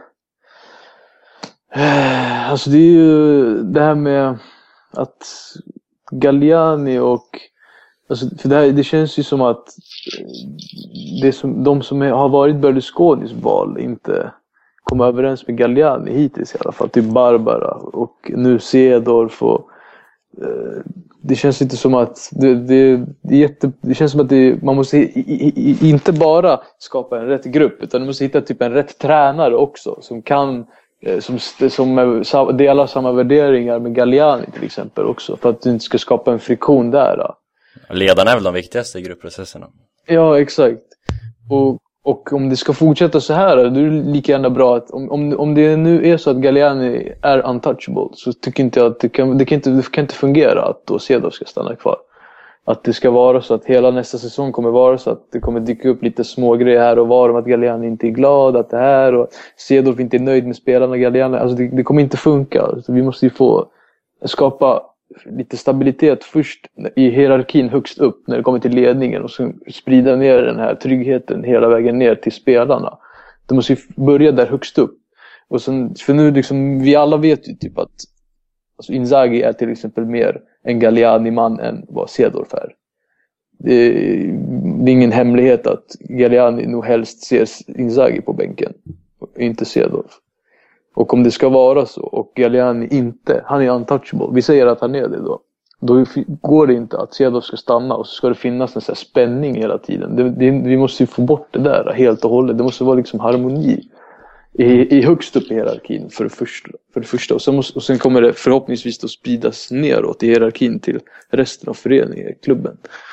Alltså det är ju det här med att Galliani och alltså för det, här, det känns ju som att det som, de som har varit Berlusconis val inte kommer överens med Galliani hittills i alla fall. Typ Barbara och nu Seedorf och eh, det känns inte som att det, det, det, är jätte, det känns som att det, man måste i, i, inte bara skapa en rätt grupp, utan man måste hitta typ en rätt tränare också som kan Som, som delar samma värderingar med Galliani till exempel också, för att du inte ska skapa en friktion där då.
Ledarna är väl de viktigaste i gruppprocesserna.
Ja, exakt. Och Och om det ska fortsätta så här, då är det lika gärna bra att om, om, om det nu är så att Galliani är untouchable, så tycker inte jag att det kan, det kan, inte, det kan inte fungera att då Seedorf ska stanna kvar. Att det ska vara så att hela nästa säsong kommer vara så att det kommer dyka upp lite små grejer här och var om att Galliani inte är glad, att det här och Seedorf inte är nöjd med spelarna. Galliani, alltså det, det kommer inte funka. Så vi måste ju få skapa lite stabilitet först i hierarkin högst upp när det kommer till ledningen och så sprida ner den här tryggheten hela vägen ner till spelarna. Det måste ju börja där högst upp. Och sen, för nu liksom, vi alla vet ju typ att alltså Inzaghi är till exempel mer en Galliani-man än vad Seedorf är. Det är, det är ingen hemlighet att Galliani nog helst ser Inzaghi på bänken och inte Seedorf. Och om det ska vara så och Galliani inte, han är untouchable, vi säger att han är det då, då går det inte att Seedorf ska stanna och så ska det finnas en sån här spänning hela tiden. Det, det, vi måste ju få bort det där helt och hållet. Det måste vara liksom harmoni i, i högst upp i hierarkin för det första. För det första. Och, sen måste, och sen kommer det förhoppningsvis att spridas neråt i hierarkin till resten av föreningen, klubben.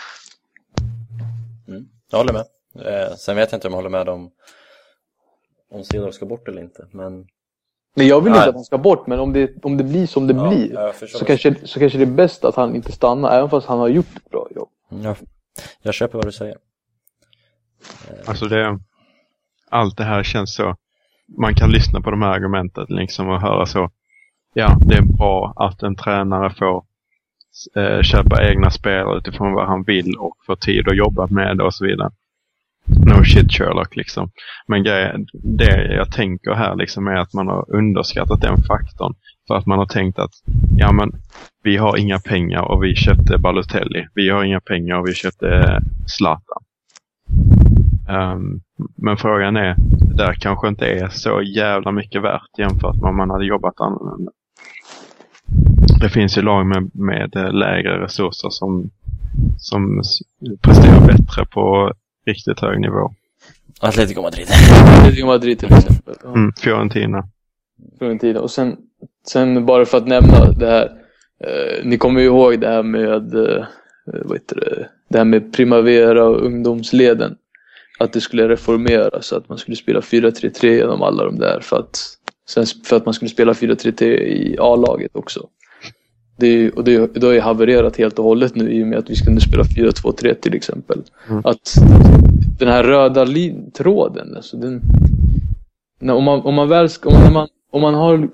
Mm, jag håller med. Eh, sen vet jag inte om jag håller med om om Seedorf ska bort eller inte, men
Men jag vill inte att han ska bort, men om det, om det blir som det
ja,
blir så kanske, så kanske det är bäst att han inte stannar, även fast han har gjort ett bra jobb.
Ja, jag köper vad du säger.
Alltså det, allt det här känns så, man kan lyssna på de här argumenten liksom och höra så, ja, det är bra att en tränare får eh, köpa egna spelare utifrån vad han vill och få tid att jobba med det och så vidare. No shit Sherlock liksom. Men grejen, det jag tänker här liksom är att man har underskattat den faktorn. För att man har tänkt att ja men vi har inga pengar och vi köpte Balotelli. Vi har inga pengar och vi köpte Zlatan. Um, men frågan är, det där kanske inte är så jävla mycket värt jämfört med om man hade jobbat annorlunda. Det finns ju lag med, med lägre resurser som, som presterar bättre på riktigt hög nivå.
Atletico Madrid.
Atletico Madrid till exempel. Ja.
Mm, Fiorentina.
Fiorentina. Och sen, sen bara för att nämna det här. Eh, ni kommer ju ihåg det här med eh, vad heter det? Det här med Primavera och ungdomsleden. Att det skulle reformeras. Så att man skulle spela fyra tre tre genom alla de där. För att, sen, för att man skulle spela fyra tre tre i A-laget också. Det är, och det, det har ju havererat helt och hållet nu i och med att vi ska nu spela fyra två tre till exempel. Mm. Att den här röda lin- tråden, alltså den, när, om, man, om man väl ska, om man, om man har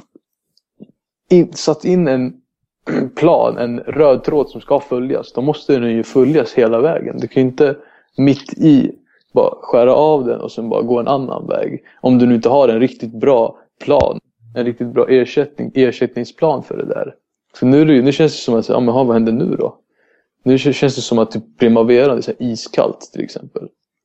in, satt in en plan, en röd tråd som ska följas, då måste den ju följas hela vägen. Du kan ju inte mitt i bara skära av den och sen bara gå en annan väg. Om du nu inte har en riktigt bra plan, en riktigt bra ersättning, ersättningsplan för det där. För nu, är det, nu känns det som att, ja men vad händer nu då? Nu känns det som att typ Primavera är så här iskallt till exempel.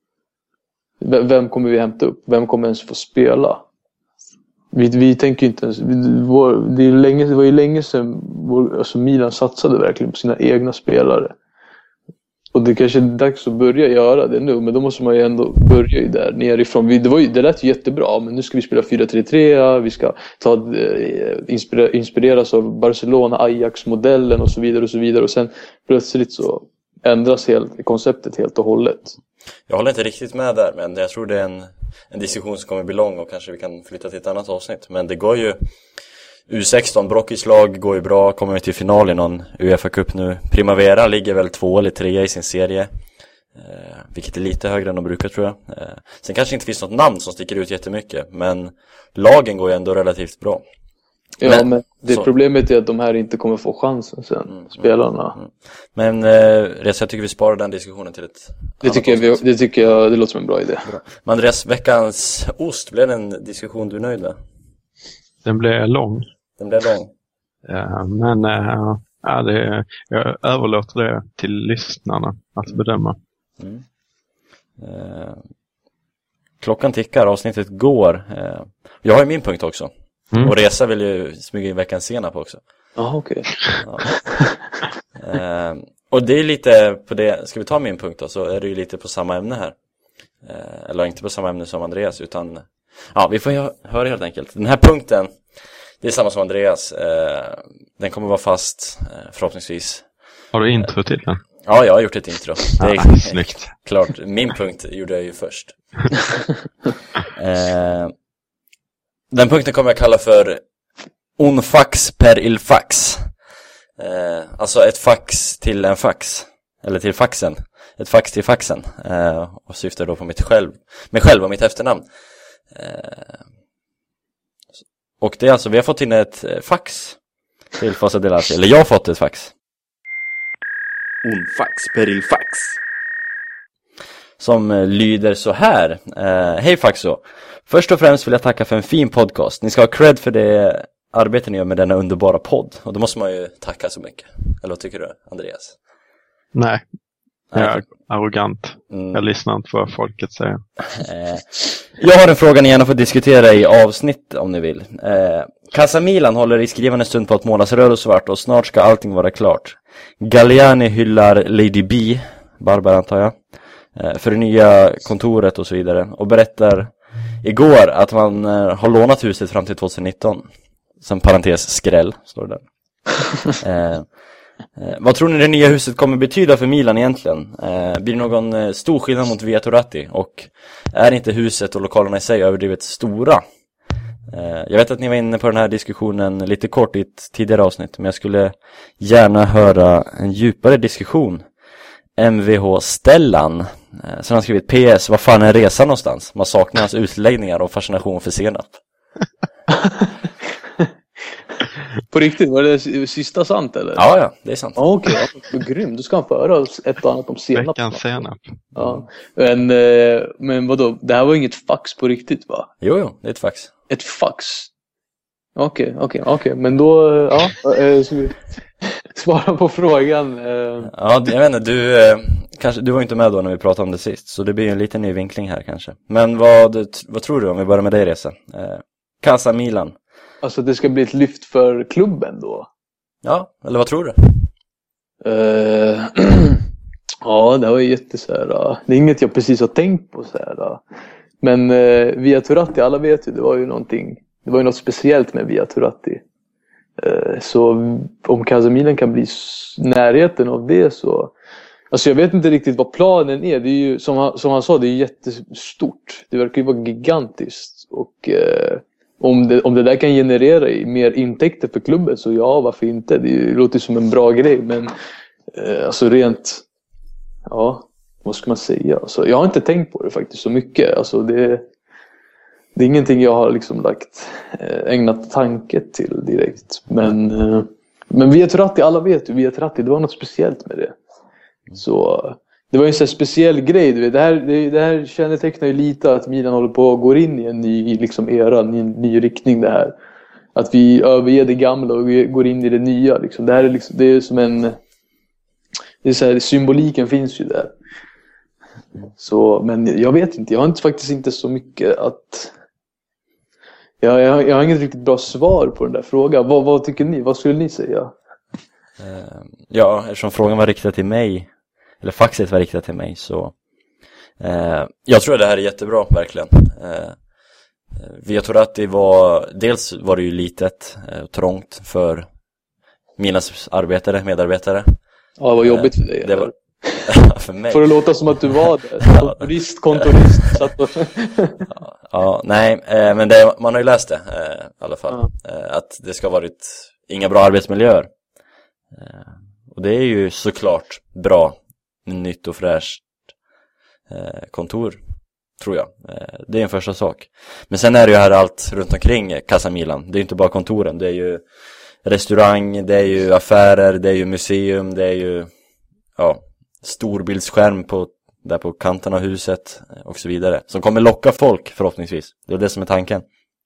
Vem kommer vi hämta upp? Vem kommer ens få spela? Vi, vi tänker inte ens, vi, vår, det, är länge, det var ju länge sedan vår, alltså Milan satsade verkligen på sina egna spelare. Och det kanske är dags att börja göra det nu, men då måste man ju ändå börja ju där nerifrån. Vi, det, var ju, det lät ju jättebra, men nu ska vi spela fyra tre tre, vi ska ta, eh, inspirera, inspireras av Barcelona, Ajax-modellen och så vidare och så vidare. Och sen plötsligt så ändras helt, konceptet helt och hållet.
Jag håller inte riktigt med där, men jag tror det är en, en diskussion som kommer bli lång och kanske vi kan flytta till ett annat avsnitt. Men det går ju, U sexton, Brockis lag går ju bra, kommer vi till final i någon UEFA-cup nu. Primavera ligger väl två eller tre i sin serie, eh, vilket är lite högre än de brukar tror jag. Eh, sen kanske inte finns något namn som sticker ut jättemycket, men lagen går ju ändå relativt bra.
Ja, men, men det så. Problemet är att de här inte kommer få chansen sen, mm, spelarna. Mm, mm.
Men eh, Reza, jag tycker vi sparar den diskussionen till ett
det tycker, jag, vi, det tycker jag, det låter som en bra idé. Bra.
Men Andreas, veckans ost, blev en diskussion du är nöjd med?
Den blev lång.
Den blev lång.
Ja, men äh, ja, det, jag överlåter det till lyssnarna att bedöma.
Mm. Eh, klockan tickar, avsnittet går. Eh, jag har ju min punkt också. Mm. Och Resa vill ju smyga in veckans senap också.
Aha, okej.
Ja, okej. eh, och det är lite på det, ska vi ta min punkt då, så är det ju lite på samma ämne här. Eh, eller inte på samma ämne som Andreas, utan ja, vi får ju höra helt enkelt. Den här punkten, det är samma som Andreas. Eh, den kommer vara fast eh, förhoppningsvis.
Har du intro till den?
Ja, jag har gjort ett intro. Det är
Ja, snyggt.
klart. Min punkt gjorde jag ju först. eh, den punkten kommer jag kalla för un fax per il fax. Eh, alltså ett fax till en fax. Eller till faxen. Ett fax till faxen. Eh, och syftar då på mitt själv, mig själv och mitt efternamn. Eh, och det är alltså, vi har fått in ett fax till Fossa Delasi. Eller jag har fått ett fax.
Un fax per il fax.
Som eh, lyder så här. Eh, Hej Faxo. Först och främst vill jag tacka för en fin podcast. Ni ska ha cred för det arbete ni gör med denna underbara podd. Och då måste man ju tacka så mycket. Eller vad tycker du, Andreas?
Nej, jag
Nej.
är arrogant.
Mm.
Jag lyssnar inte på vad folket säger.
Eh, jag har en fråga ni gärna får diskutera i avsnitt om ni vill. Eh, Casa Milan håller i skrivande stund på att målas röd och svart och snart ska allting vara klart. Galliani hyllar Lady B, Barbara antar jag, eh, för det nya kontoret och så vidare. Och berättar igår att man eh, har lånat huset fram till tjugonitton. Som parentes skräll, står det där. eh, Eh, vad tror ni det nya huset kommer betyda för Milan egentligen? Eh, blir det någon eh, stor skillnad mot Via Turati? Och är inte huset och lokalerna i sig överdrivet stora? Eh, jag vet att ni var inne på den här diskussionen lite kort i ett tidigare avsnitt. Men jag skulle gärna höra en djupare diskussion. M V H Stellan. Eh, så han har skrivit P S, vad fan är resan någonstans? Man saknar hans utläggningar och fascination för senap.
På riktigt, var det sista sant eller?
Ja, ja, det är sant.
Ja, okej, okay. Grym. Du ska få höra ett och annat om senap.
Veckans senap.
Ja. Men, eh, men vadå? Det här var inget fax på riktigt, va?
Jo, jo, det är ett fax.
Ett fax? Okej, okay, okej, okay, okej. Okay. Men då, ja, äh, ska vi svara på frågan. Äh.
Ja, jag vet inte, du, eh, kanske, du var inte med då när vi pratade om det sist. Så det blir en liten ny vinkling här kanske. Men vad, vad tror du om vi börjar med dig, Resa? Eh, Casa Milan.
Alltså det ska bli ett lyft för klubben då?
Ja, eller vad tror du?
Uh, ja, det var ju jätte så här, det är inget jag precis har tänkt på så här. Men uh, Via Turati, alla vet ju, det var ju någonting, det var ju något speciellt med Via Turati. Uh, så om Casa Milan kan bli närheten av det så, alltså jag vet inte riktigt vad planen är. Det är ju, som han, som han sa, det är jättestort. Det verkar ju vara gigantiskt och uh, Om det, om det där kan generera mer intäkter för klubben så ja, varför inte? Det låter som en bra grej, men eh, alltså rent, ja, vad ska man säga? Alltså, jag har inte tänkt på det faktiskt så mycket. Alltså det, det är ingenting jag har liksom lagt, eh, ägnat tanke till direkt. Men, eh, men Via Turati, alla vet ju, Via Turati, det var något speciellt med det. Så det var en sån speciell grej, du vet. Det här, det, det här kännetecknar ju lite att Milan håller på att gå in i en ny liksom, era, en ny, ny riktning det här. Att vi överger det gamla och vi går in i det nya. Liksom. Det här är, liksom, det är som en... Det är så här, symboliken finns ju där. Så, men jag vet inte, jag har inte, faktiskt inte så mycket att... Jag, jag, jag har inget riktigt bra svar på den där frågan. Vad, vad tycker ni? Vad skulle ni säga?
Uh, ja, eftersom frågan var riktad till mig, eller faxet var riktat till mig, så uh, jag tror att det här är jättebra, verkligen. Uh, Via Turati var, dels var det ju litet och uh, trångt för mina arbetare, medarbetare.
Ja, det var jobbigt för dig.
Uh, det var, för mig.
Får det låta som att du var där. Kontorist, kontorist. Satt och...
ja, ja, nej, uh, men det, man har ju läst det uh, i alla fall. Ja. Uh, att det ska ha varit inga bra arbetsmiljöer. Uh, och det är ju såklart bra, nytt och fräscht uh, kontor, tror jag. Uh, det är en första sak. Men sen är det ju här allt runt omkring Casa Milan. Det är ju inte bara kontoren, det är ju restaurang, det är ju affärer, det är ju museum, det är ju ja, storbildsskärm på, där på kanten av huset och så vidare. Som kommer locka folk förhoppningsvis. Det är det som är tanken.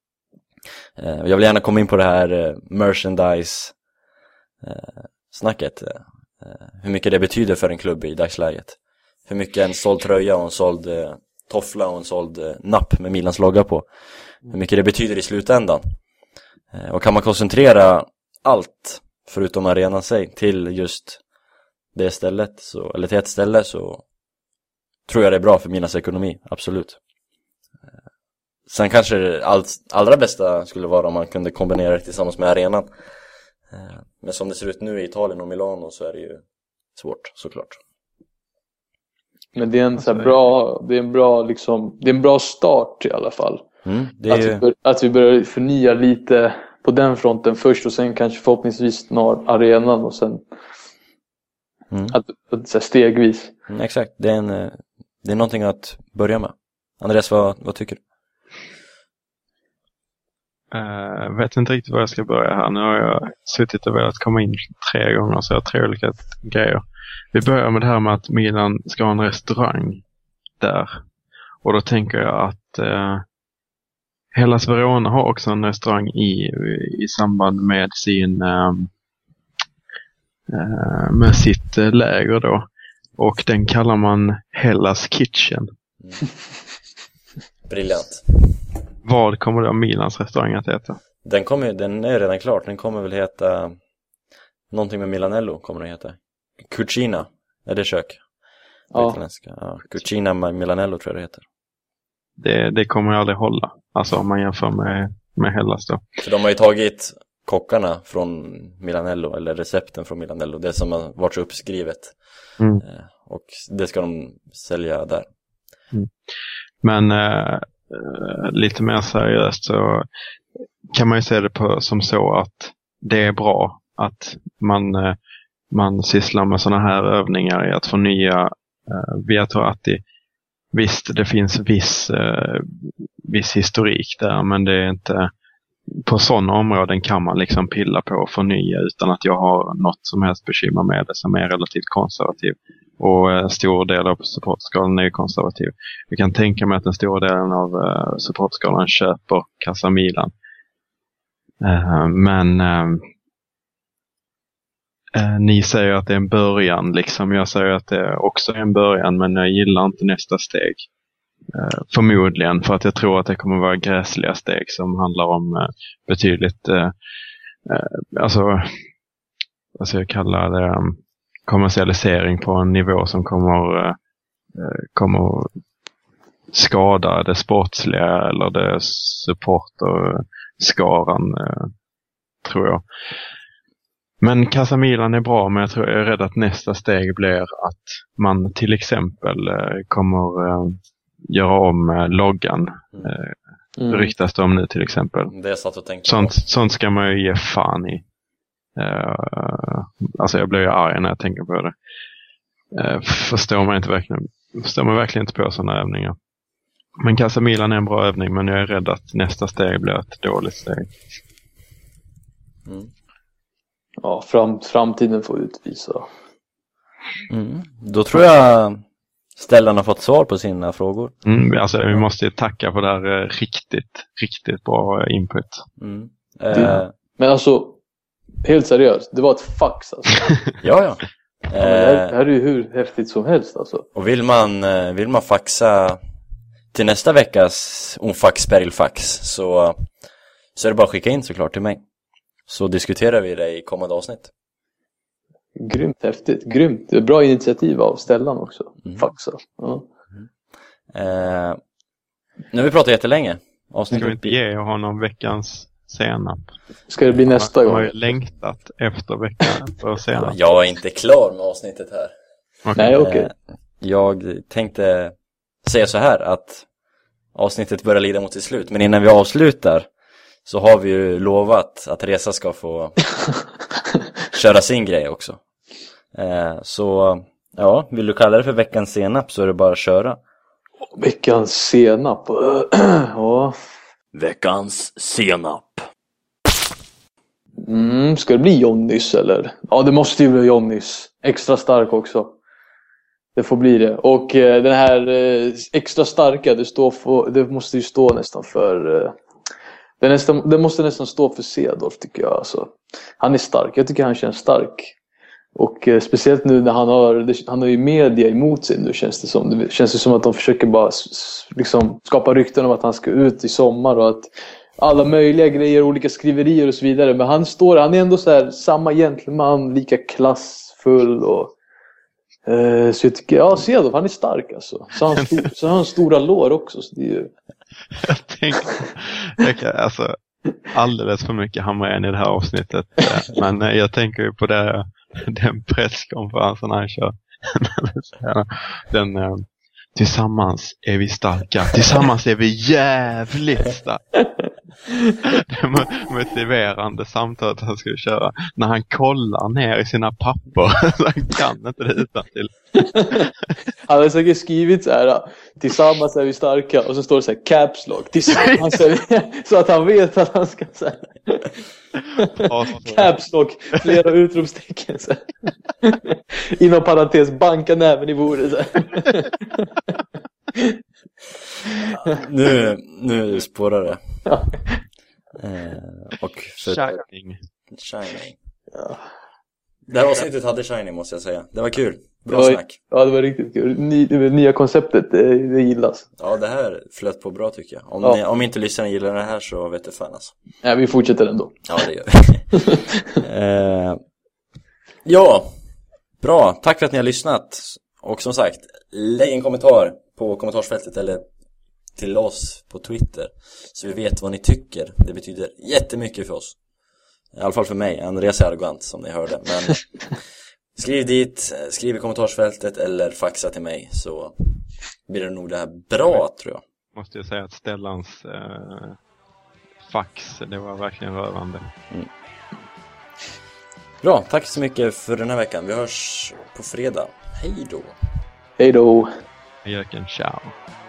Uh, jag vill gärna komma in på det här uh, merchandise uh, snacket. Uh, hur mycket det betyder för en klubb i dagsläget. Hur mycket en såld tröja och en såld uh, toffla och en såld uh, napp med Milans logga på. Hur mycket det betyder i slutändan. Uh, och kan man koncentrera allt förutom arenan sig till just det stället, så, eller till ett ställe, så tror jag det är bra för Milans ekonomi, absolut. Uh, sen kanske det all, allra bästa skulle vara om man kunde kombinera det tillsammans med arenan. Uh, men som det ser ut nu i Italien och Milano så är det ju svårt, såklart.
Men det är en så här bra, det är en bra liksom, det är en bra start i alla fall.
Mm, det är
att,
ju...
vi bör, att vi börjar förnya lite på den fronten först och sen kanske förhoppningsvis nå arenan och sen
mm.
att, att, så här stegvis.
Mm, exakt, det är, en, det är någonting att börja med. Andreas, vad, vad tycker du?
Jag uh, vet inte riktigt var jag ska börja här. Nu har jag suttit och velat komma in tre gånger så jag har tre olika grejer. Vi börjar med det här med att Milan ska ha en restaurang där. Och då tänker jag att uh, Hellas Verona har också en restaurang i, i samband med sin uh, uh, med sitt uh, läger då. Och den kallar man Hellas Kitchen.
Mm. Briljant.
Vad kommer då Milans restaurang att heta?
Den, kommer, den är redan klart. Den kommer väl heta någonting med Milanello kommer den heta. Cucina. Är det kök?
Ja.
Italienska. Ja, Cucina Milanello tror jag det heter.
Det, det kommer ju aldrig hålla. Alltså om man jämför med, med Hellas då.
För de har ju tagit kockarna från Milanello. Eller recepten från Milanello. Det som har varit så uppskrivet.
Mm.
Och det ska de sälja där.
Mm. Men äh, lite mer seriöst så kan man ju se det på, som så att det är bra att man, äh, man sysslar med sådana här övningar i att förnya äh, via Toratti. Visst, det finns viss, äh, viss historik där, men det är inte på sådana områden kan man liksom pilla på och förnya utan att jag har något som helst bekymmer med det som är relativt konservativ. Och en stor del av supportskalan är konservativ. Jag kan tänka mig att den stora delen av uh, supportskalan köper Casa Milan. Uh, men uh, uh, ni säger att det är en början. Liksom. Jag säger att det också är en början, men jag gillar inte nästa steg. Uh, förmodligen, för att jag tror att det kommer vara gräsliga steg som handlar om uh, betydligt uh, uh, alltså vad ska jag kalla det um, kommersialisering på en nivå som kommer uh, kommer skada det sportsliga eller det supporterskaran uh, tror jag. Men Casa Milan är bra, men jag tror jag är rädd att nästa steg blir att man till exempel uh, kommer uh, göra om uh, loggan. Uh, mm. Ryktas det om nu till exempel.
Det jag satt och tänkte
sånt, sånt ska man ju ge fan i. Uh, alltså jag blir ju arg när jag tänker på det. Uh, förstår man inte verkligen förstår man verkligen inte på sådana övningar. Men Casa Milan är en bra övning, men jag är rädd att nästa steg blir ett dåligt steg.
Mm.
Ja, fram, framtiden får utvisa.
Mm. Då tror jag ställarna har fått svar på sina frågor.
Mm, alltså vi måste ju tacka för det här uh, riktigt, riktigt bra input.
Mm.
Det, uh, men alltså helt seriöst, det var ett fax alltså.
ja, ja.
ja det, här, det här är ju hur häftigt som helst alltså.
Och vill man, vill man faxa till nästa veckas Unfax Perilfax så, så är det bara att skicka in såklart till mig. Så diskuterar vi det i kommande avsnitt.
Grymt häftigt, grymt. Det är bra initiativ av ställan också. Mm. Faxa. Ja.
Mm. Eh, nu har vi pratat jättelänge.
Ska vi inte ge honom veckans senap?
Ska det bli nästa gång?
Jag har ju längtat efter veckan för senap.
Jag är inte klar med avsnittet här.
Okay. Nej, okej. Okay.
Jag tänkte säga så här att avsnittet börjar lida mot sitt slut. Men innan vi avslutar så har vi ju lovat att Resa ska få köra sin grej också. Så ja, vill du kalla det för veckans senap så är det bara att köra.
Veckans senap? Ja.
Veckans senap.
Mm, ska det bli Johnnys eller? Ja, det måste ju bli Johnnys. Extra stark också. Det får bli det. Och eh, den här eh, extra starka, det, står för, det måste ju stå nästan för... Eh, det, nästan, det måste nästan stå för Cedorf tycker jag. Alltså. Han är stark. Jag tycker han känns stark. Och eh, speciellt nu när han har, det, han har ju media emot sig nu känns det som. Det känns det som att de försöker bara liksom, skapa rykten om att han ska ut i sommar och att alla möjliga grejer, olika skriverier och så vidare. Men han står, han är ändå så här samma gentleman, lika klassfull och eh, så jag tycker, ja Cedorf, han är stark alltså. Så han, stor, så han har stora lår också så det är ju...
Jag tänker, jag kan, alltså alldeles för mycket hamra in i det här avsnittet. Men jag tänker ju på det, den presskonferensen han kör Den, eh, tillsammans är vi starka. Tillsammans är vi jävligt starka. Det motiverande samtalet han skulle köra. När han kollar ner i sina papper. Så han kan inte det utan till.
Han har säkert skrivit så här: tillsammans är vi starka. Och så står det så här: caps lock. Tillsammans är vi. Så att han vet att han ska säga caps lock. Flera utropstecken så här. Inom parentes, banka näven i bordet så här.
Nu, nu spårar det.
Ja.
Eh, och för...
Shining.
Shining.
Ja.
Det här avsnittet hade Shining, måste jag säga. Det var kul. Bra
det var,
snack.
Ja, det var riktigt kul. Ny, det nya konceptet, det, det gillas.
Ja, det här flöt på bra tycker jag. Om,
Ja.
ni, om inte lyssnarna gillar det här så vet det fan alltså.
Ja, vi fortsätter ändå.
Ja, det gör vi. eh, ja, bra. Tack för att ni har lyssnat. Och som sagt, lägg en kommentar på kommentarsfältet eller till oss på Twitter så vi vet vad ni tycker. Det betyder jättemycket för oss. I alla fall för mig. Andreas är arrogant som ni hörde. Men skriv dit, skriv i kommentarsfältet eller faxa till mig så blir det nog det här bra, tror jag.
Måste jag säga att Stellans eh, fax, det var verkligen rörande.
Mm. Bra, tack så mycket för den här veckan. Vi hörs på fredag. Hej då.
Hej då.
Jöken, ciao.